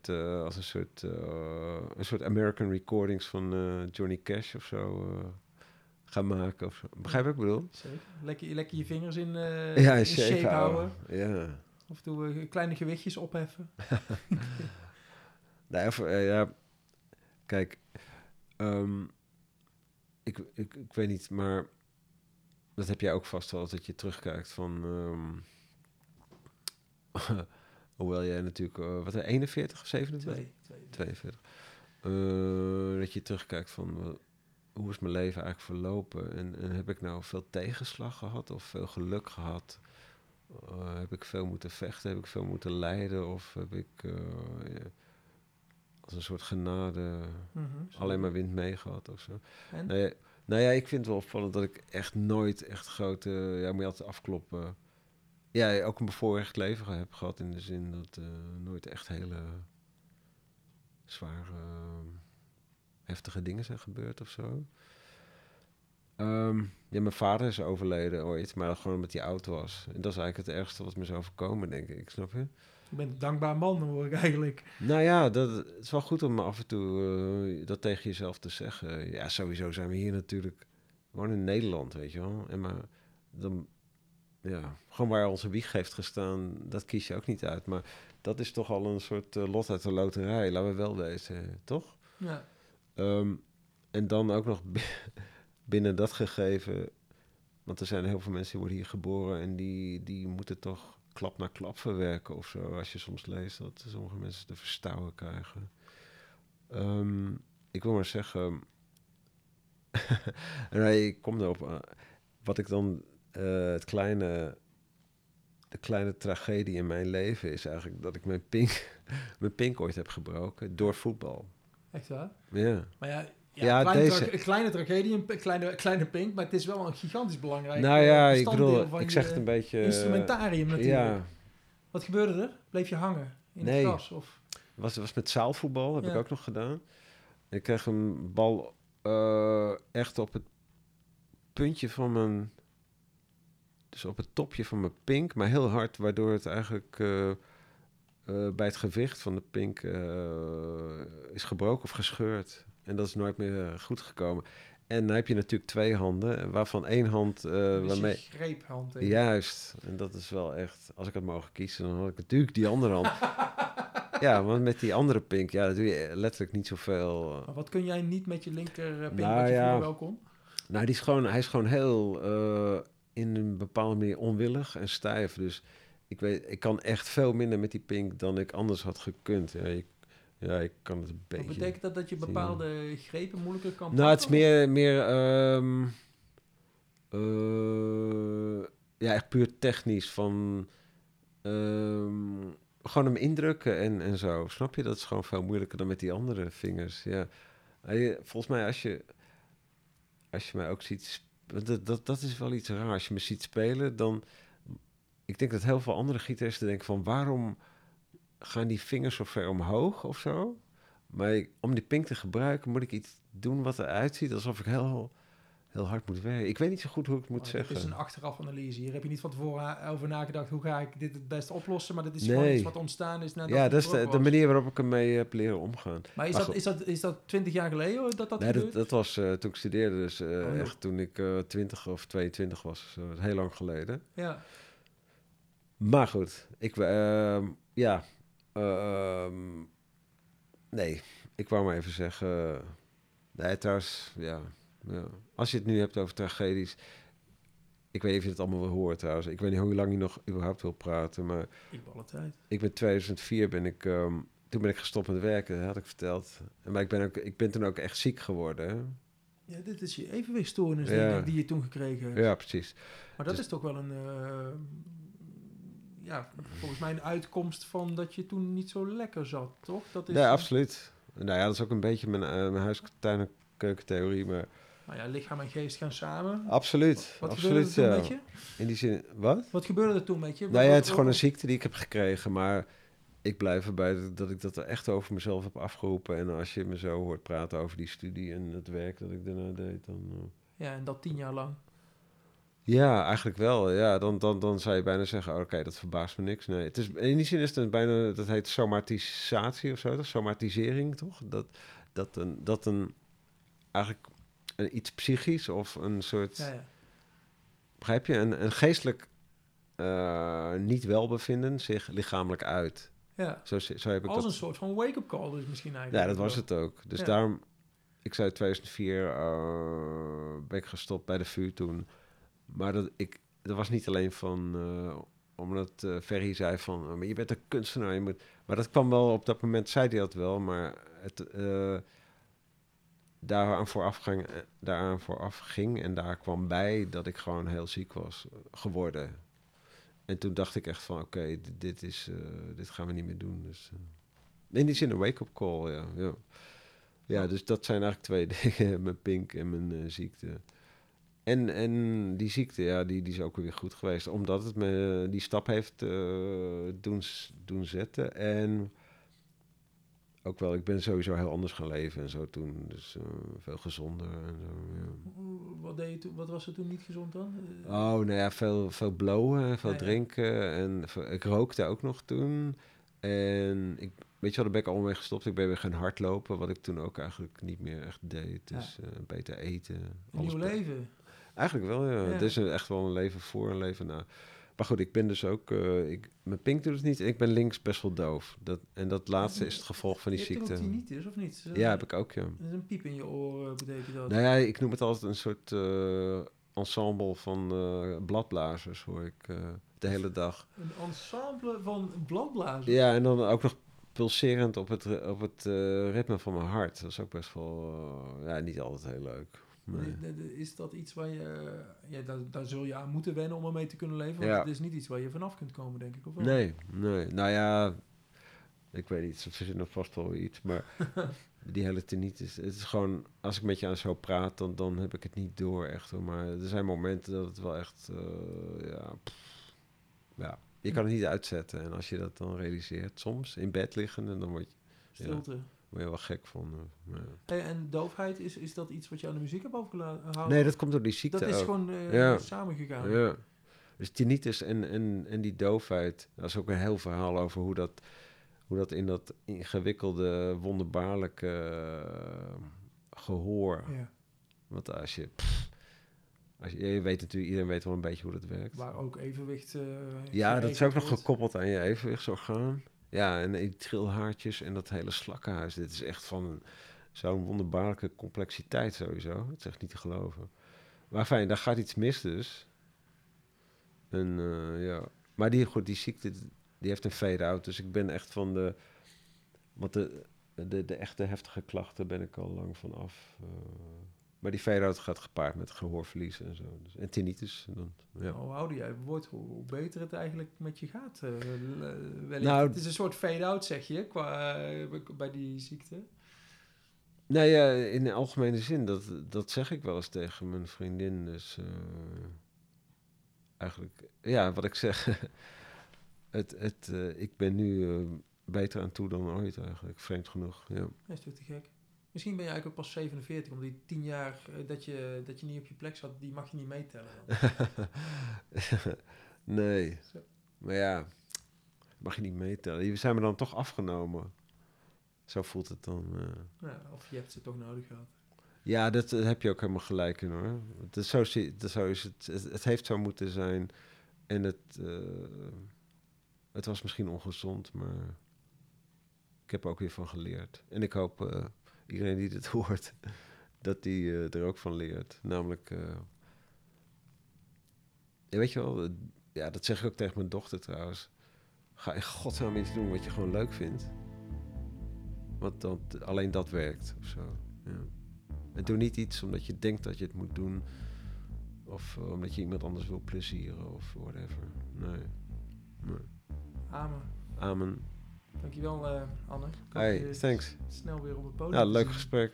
een soort American recordings van Johnny Cash of zo gaan maken of zo. Begrijp ik bedoel? Zeker. Lekker je vingers in shape houden. Ja. Af en toe kleine gewichtjes opheffen. Kijk, ik weet niet, maar dat heb jij ook vast wel, dat je terugkijkt van... hoewel jij natuurlijk, 41 of 27? 42. Dat je terugkijkt van, hoe is mijn leven eigenlijk verlopen? En heb ik nou veel tegenslag gehad of veel geluk gehad? Heb ik veel moeten vechten? Heb ik veel moeten lijden? Of heb ik als een soort genade alleen maar wind mee gehad of zo? Nou ja, ik vind het wel opvallend dat ik echt nooit echt grote... moet je altijd afkloppen... Ja, ook een bevoorrecht leven heb gehad in de zin dat nooit echt hele zware, heftige dingen zijn gebeurd of zo. Mijn vader is overleden ooit, maar gewoon omdat hij oud was. En dat is eigenlijk het ergste wat me zou overkomen, denk ik, snap je? Je bent een dankbaar man, hoor ik eigenlijk. Nou ja, het is wel goed om af en toe dat tegen jezelf te zeggen. Ja, sowieso zijn we hier natuurlijk gewoon in Nederland, weet je wel. En maar dan... Ja, gewoon waar onze wieg heeft gestaan, dat kies je ook niet uit. Maar dat is toch al een soort lot uit de loterij, laten we wel wezen, toch? Ja. En dan ook nog binnen dat gegeven... Want er zijn heel veel mensen die worden hier geboren... en die moeten toch klap na klap verwerken of zo. Als je soms leest dat sommige mensen de verstouwen krijgen. Ik wil maar zeggen... ik kom erop... wat ik dan... de kleine tragedie in mijn leven is eigenlijk dat ik mijn pink ooit heb gebroken door voetbal. Echt waar? Ja. Maar een kleine tragedie, een kleine pink, maar het is wel een gigantisch belangrijk ik bedoel, ik zeg het een beetje... Instrumentarium natuurlijk. Ja. Wat gebeurde er? Bleef je hangen in het gras? Of? Was met zaalvoetbal, heb ik ook nog gedaan. Ik kreeg een bal echt op het puntje van mijn... Dus op het topje van mijn pink, maar heel hard, waardoor het eigenlijk bij het gewicht van de pink is gebroken of gescheurd. En dat is nooit meer goed gekomen. En dan heb je natuurlijk 2 handen, waarvan 1 hand... waarmee greephand. Juist, en dat is wel echt... Als ik had mogen kiezen, dan had ik natuurlijk die andere hand. Ja, want met die andere pink, dat doe je letterlijk niet zoveel. Maar wat kun jij niet met je linker pink, wat je vroeger wel kon? Nou, hij is gewoon heel in een bepaalde manier onwillig en stijf. Dus ik kan echt veel minder met die pink dan ik anders had gekund. Ik kan het een beetje... Wat betekent dat je zien. bepaalde grepen moeilijker kan Nou, het is pakken? meer echt puur technisch van gewoon hem indrukken en zo. Snap je? Dat is gewoon veel moeilijker dan met die andere vingers. Ja. Volgens mij als je mij ook ziet... Dat is wel iets raar. Als je me ziet spelen, dan... Ik denk dat heel veel andere gitaristen denken van... waarom gaan die vingers zo ver omhoog of zo? Maar om die pink te gebruiken moet ik iets doen wat eruit ziet alsof ik heel hard moet werken. Ik weet niet zo goed hoe ik het moet zeggen. Het is een achterafanalyse. Hier heb je niet van tevoren over nagedacht... hoe ga ik dit het beste oplossen? Maar dit is Nee. gewoon iets wat ontstaan is nadat Ja, het dat is erop de was. manier waarop ik ermee heb leren omgaan. Maar is dat 20 jaar geleden dat Nee, gebeurt? dat was toen ik studeerde. Dus joh. echt toen ik 20 of 22 was. Dat is heel lang geleden. Ja. Maar goed, nee, ik wou maar even zeggen... nee, trouwens, ja. Als je het nu hebt over tragedies... Ik weet niet of je het allemaal wil horen trouwens. Ik weet niet hoe lang je nog überhaupt wil praten, maar... Ik ben alle tijd. In 2004 toen ben ik gestopt met werken, dat had ik verteld. Maar ik ben toen ook echt ziek geworden. Hè? Ja, dit is je evenwichtstoornis Ja. denk ik, die je toen gekregen hebt. Ja, precies. Maar dat is toch wel een... volgens mij een uitkomst van dat je toen niet zo lekker zat, toch? Dat is, Ja, absoluut. Nou ja, dat is ook een beetje mijn huistuin- en keukentheorie, maar... Nou ja, lichaam en geest gaan samen. Absoluut. Wat absoluut, gebeurde er toen met je? In die zin, wat? Wat gebeurde er toen met je? Nou ja, het is gewoon een ziekte die ik heb gekregen, maar ik blijf erbij dat ik dat er echt over mezelf heb afgeroepen. En als je me zo hoort praten over die studie en het werk dat ik daarna deed, dan... Ja, en dat 10 jaar lang. Ja, eigenlijk wel. Ja, dan zou je bijna zeggen, oké, dat verbaast me niks. Nee, het is, in die zin is het bijna, dat heet somatisatie of zo, toch? Somatisering, toch? Dat een eigenlijk iets psychisch of een soort... Ja. Begrijp je? Een geestelijk niet welbevinden zich lichamelijk uit. Ja. Zo heb ik Als dat... een soort van wake-up call dus misschien eigenlijk. Ja, dat was het ook. Dus Ja. daarom... Ik zei in 2004 ben ik gestopt bij de VU toen. Maar dat was niet alleen van... omdat Ferry zei van... maar je bent een kunstenaar, je moet... Maar dat kwam wel... Op dat moment zei hij dat wel, maar... Daaraan vooraf ging en daar kwam bij dat ik gewoon heel ziek was geworden. En toen dacht ik echt van, oké, dit gaan we niet meer doen. Dus, in die zin een wake-up call, ja. Ja, dus dat zijn eigenlijk twee dingen, mijn pink en mijn ziekte. En die ziekte, ja, die is ook weer goed geweest. Omdat het me die stap heeft doen zetten. En ook wel, ik ben sowieso heel anders gaan leven en zo toen. Dus veel gezonder en zo, ja. Wat deed je toen? Wat was er toen niet gezond dan? Nou ja, veel blowen, veel Ja. drinken. En ik rookte ook nog toen. En weet je wel, daar ben ik allemaal mee gestopt. Ik ben weer gaan hardlopen, wat ik toen ook eigenlijk niet meer echt deed. Dus beter eten. Een nieuw leven. Eigenlijk wel, ja. Het is echt wel een leven voor, een leven na. Maar goed, ik ben dus ook... mijn pink doet het niet. Ik ben links best wel doof. Dat laatste is het gevolg van die ziekte. Je hebt tinnitus, of niet? Ja, heb ik ook, ja. Dat is een piep in je oren, betekent dat? Nou ja, ik noem het altijd een soort ensemble van bladblazers, hoor ik de hele dag. Een ensemble van bladblazers? Ja, en dan ook nog pulserend op het ritme van mijn hart. Dat is ook best wel, niet altijd heel leuk. Nee. Is dat iets waar je... Ja, daar zul je aan moeten wennen om ermee te kunnen leven. Want het is niet iets waar je vanaf kunt komen, denk ik. Of wel? Nee. Nou ja, ik weet niet. Ze verzinnen vast wel iets. Maar die hele tinnitus... Het is gewoon... Als ik met je aan zo praat, dan heb ik het niet door, echt. Hoor. Maar er zijn momenten dat het wel echt... je kan het niet uitzetten. En als je dat dan realiseert, soms in bed liggen... En dan word je... Stilte. Word je wel gek van. Hey, en doofheid, is dat iets wat je aan de muziek hebt overgehouden? Nee, dat komt door die ziekte. Dat is ook. gewoon samengegaan. Ja. Dus tinnitus en die doofheid. Dat is ook een heel verhaal over hoe dat in dat ingewikkelde, wonderbaarlijke gehoor. Ja. Want je weet natuurlijk, iedereen weet wel een beetje hoe dat werkt. Waar ook evenwicht... ja, dat is ook nog wordt. gekoppeld aan je evenwichtsorgaan. Ja, en die trilhaartjes en dat hele slakkenhuis. Dit is echt van zo'n wonderbaarlijke complexiteit sowieso. Het is echt niet te geloven. Maar fijn, daar gaat iets mis dus. En ja... Maar die ziekte, die heeft een fade-out. Dus ik ben echt van de... Want de echte heftige klachten ben ik al lang van af. Maar die fade-out gaat gepaard met gehoorverlies en zo. Dus, en tinnitus. En dan, ja. Hoe ouder jij wordt, hoe beter het eigenlijk met je gaat. Nou, het is een soort fade-out, zeg je, bij die ziekte. Nou ja, in de algemene zin, dat zeg ik wel eens tegen mijn vriendin. Dus eigenlijk, ja, wat ik zeg... ik ben nu beter aan toe dan ooit eigenlijk, vreemd genoeg. Ja. Dat is toch te gek. Misschien ben je eigenlijk ook pas 47, omdat die 10 jaar dat je niet op je plek zat, die mag je niet meetellen. Nee, Zo. Maar ja, mag je niet meetellen. Die zijn me dan toch afgenomen. Zo voelt het dan. Ja, of je hebt ze toch nodig gehad. Ja, dat heb je ook helemaal gelijk in hoor. Zo is het. Het heeft zo moeten zijn. En het was misschien ongezond, maar ik heb er ook weer van geleerd. En ik hoop iedereen die dit hoort, dat die er ook van leert. Namelijk, ja, weet je wel, ja, dat zeg ik ook tegen mijn dochter trouwens. Ga in godsnaam iets doen wat je gewoon leuk vindt. Want dan, alleen dat werkt of zo. Ja. En doe niet iets omdat je denkt dat je het moet doen. Of omdat je iemand anders wil plezieren of whatever. Nee. Amen. Dankjewel, Anne. Hey, thanks. Snel weer op het podium. Ja, leuk gesprek.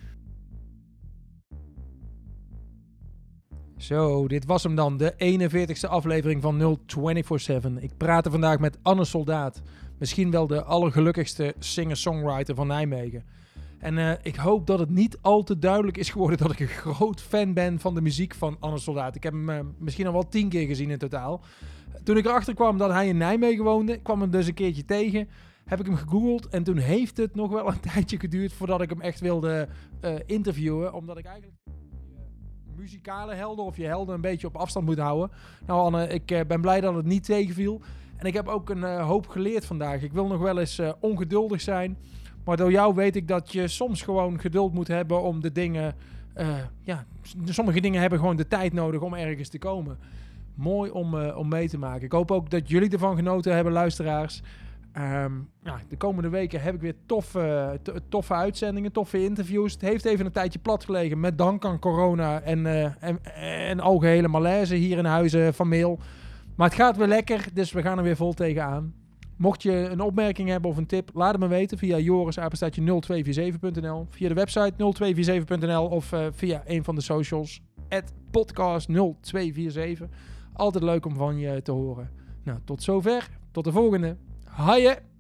Zo, dit was hem dan, de 41ste aflevering van 024/7. Ik praatte vandaag met Anne Soldaat. Misschien wel de allergelukkigste singer-songwriter van Nijmegen. En ik hoop dat het niet al te duidelijk is geworden dat ik een groot fan ben van de muziek van Anne Soldaat. Ik heb hem misschien al wel 10 keer gezien in totaal. Toen ik erachter kwam dat hij in Nijmegen woonde, kwam hem dus een keertje tegen. Heb ik hem gegoogeld en toen heeft het nog wel een tijdje geduurd voordat ik hem echt wilde interviewen. Omdat ik eigenlijk muzikale helden of je helden een beetje op afstand moet houden. Nou Anne, ik ben blij dat het niet tegenviel. En ik heb ook een hoop geleerd vandaag. Ik wil nog wel eens ongeduldig zijn. Maar door jou weet ik dat je soms gewoon geduld moet hebben om de dingen... sommige dingen hebben gewoon de tijd nodig om ergens te komen. Mooi om mee te maken. Ik hoop ook dat jullie ervan genoten hebben, luisteraars. De komende weken heb ik weer toffe uitzendingen, toffe interviews. Het heeft even een tijdje plat gelegen met dank aan corona en algehele malaise hier in huizen van Mail. Maar het gaat weer lekker, dus we gaan er weer vol tegenaan. Mocht je een opmerking hebben of een tip, laat het me weten via joris@0247.nl, via de website 0247.nl of via een van de socials @podcast0247. Altijd leuk om van je te horen. Nou, tot zover. Tot de volgende. Haaien!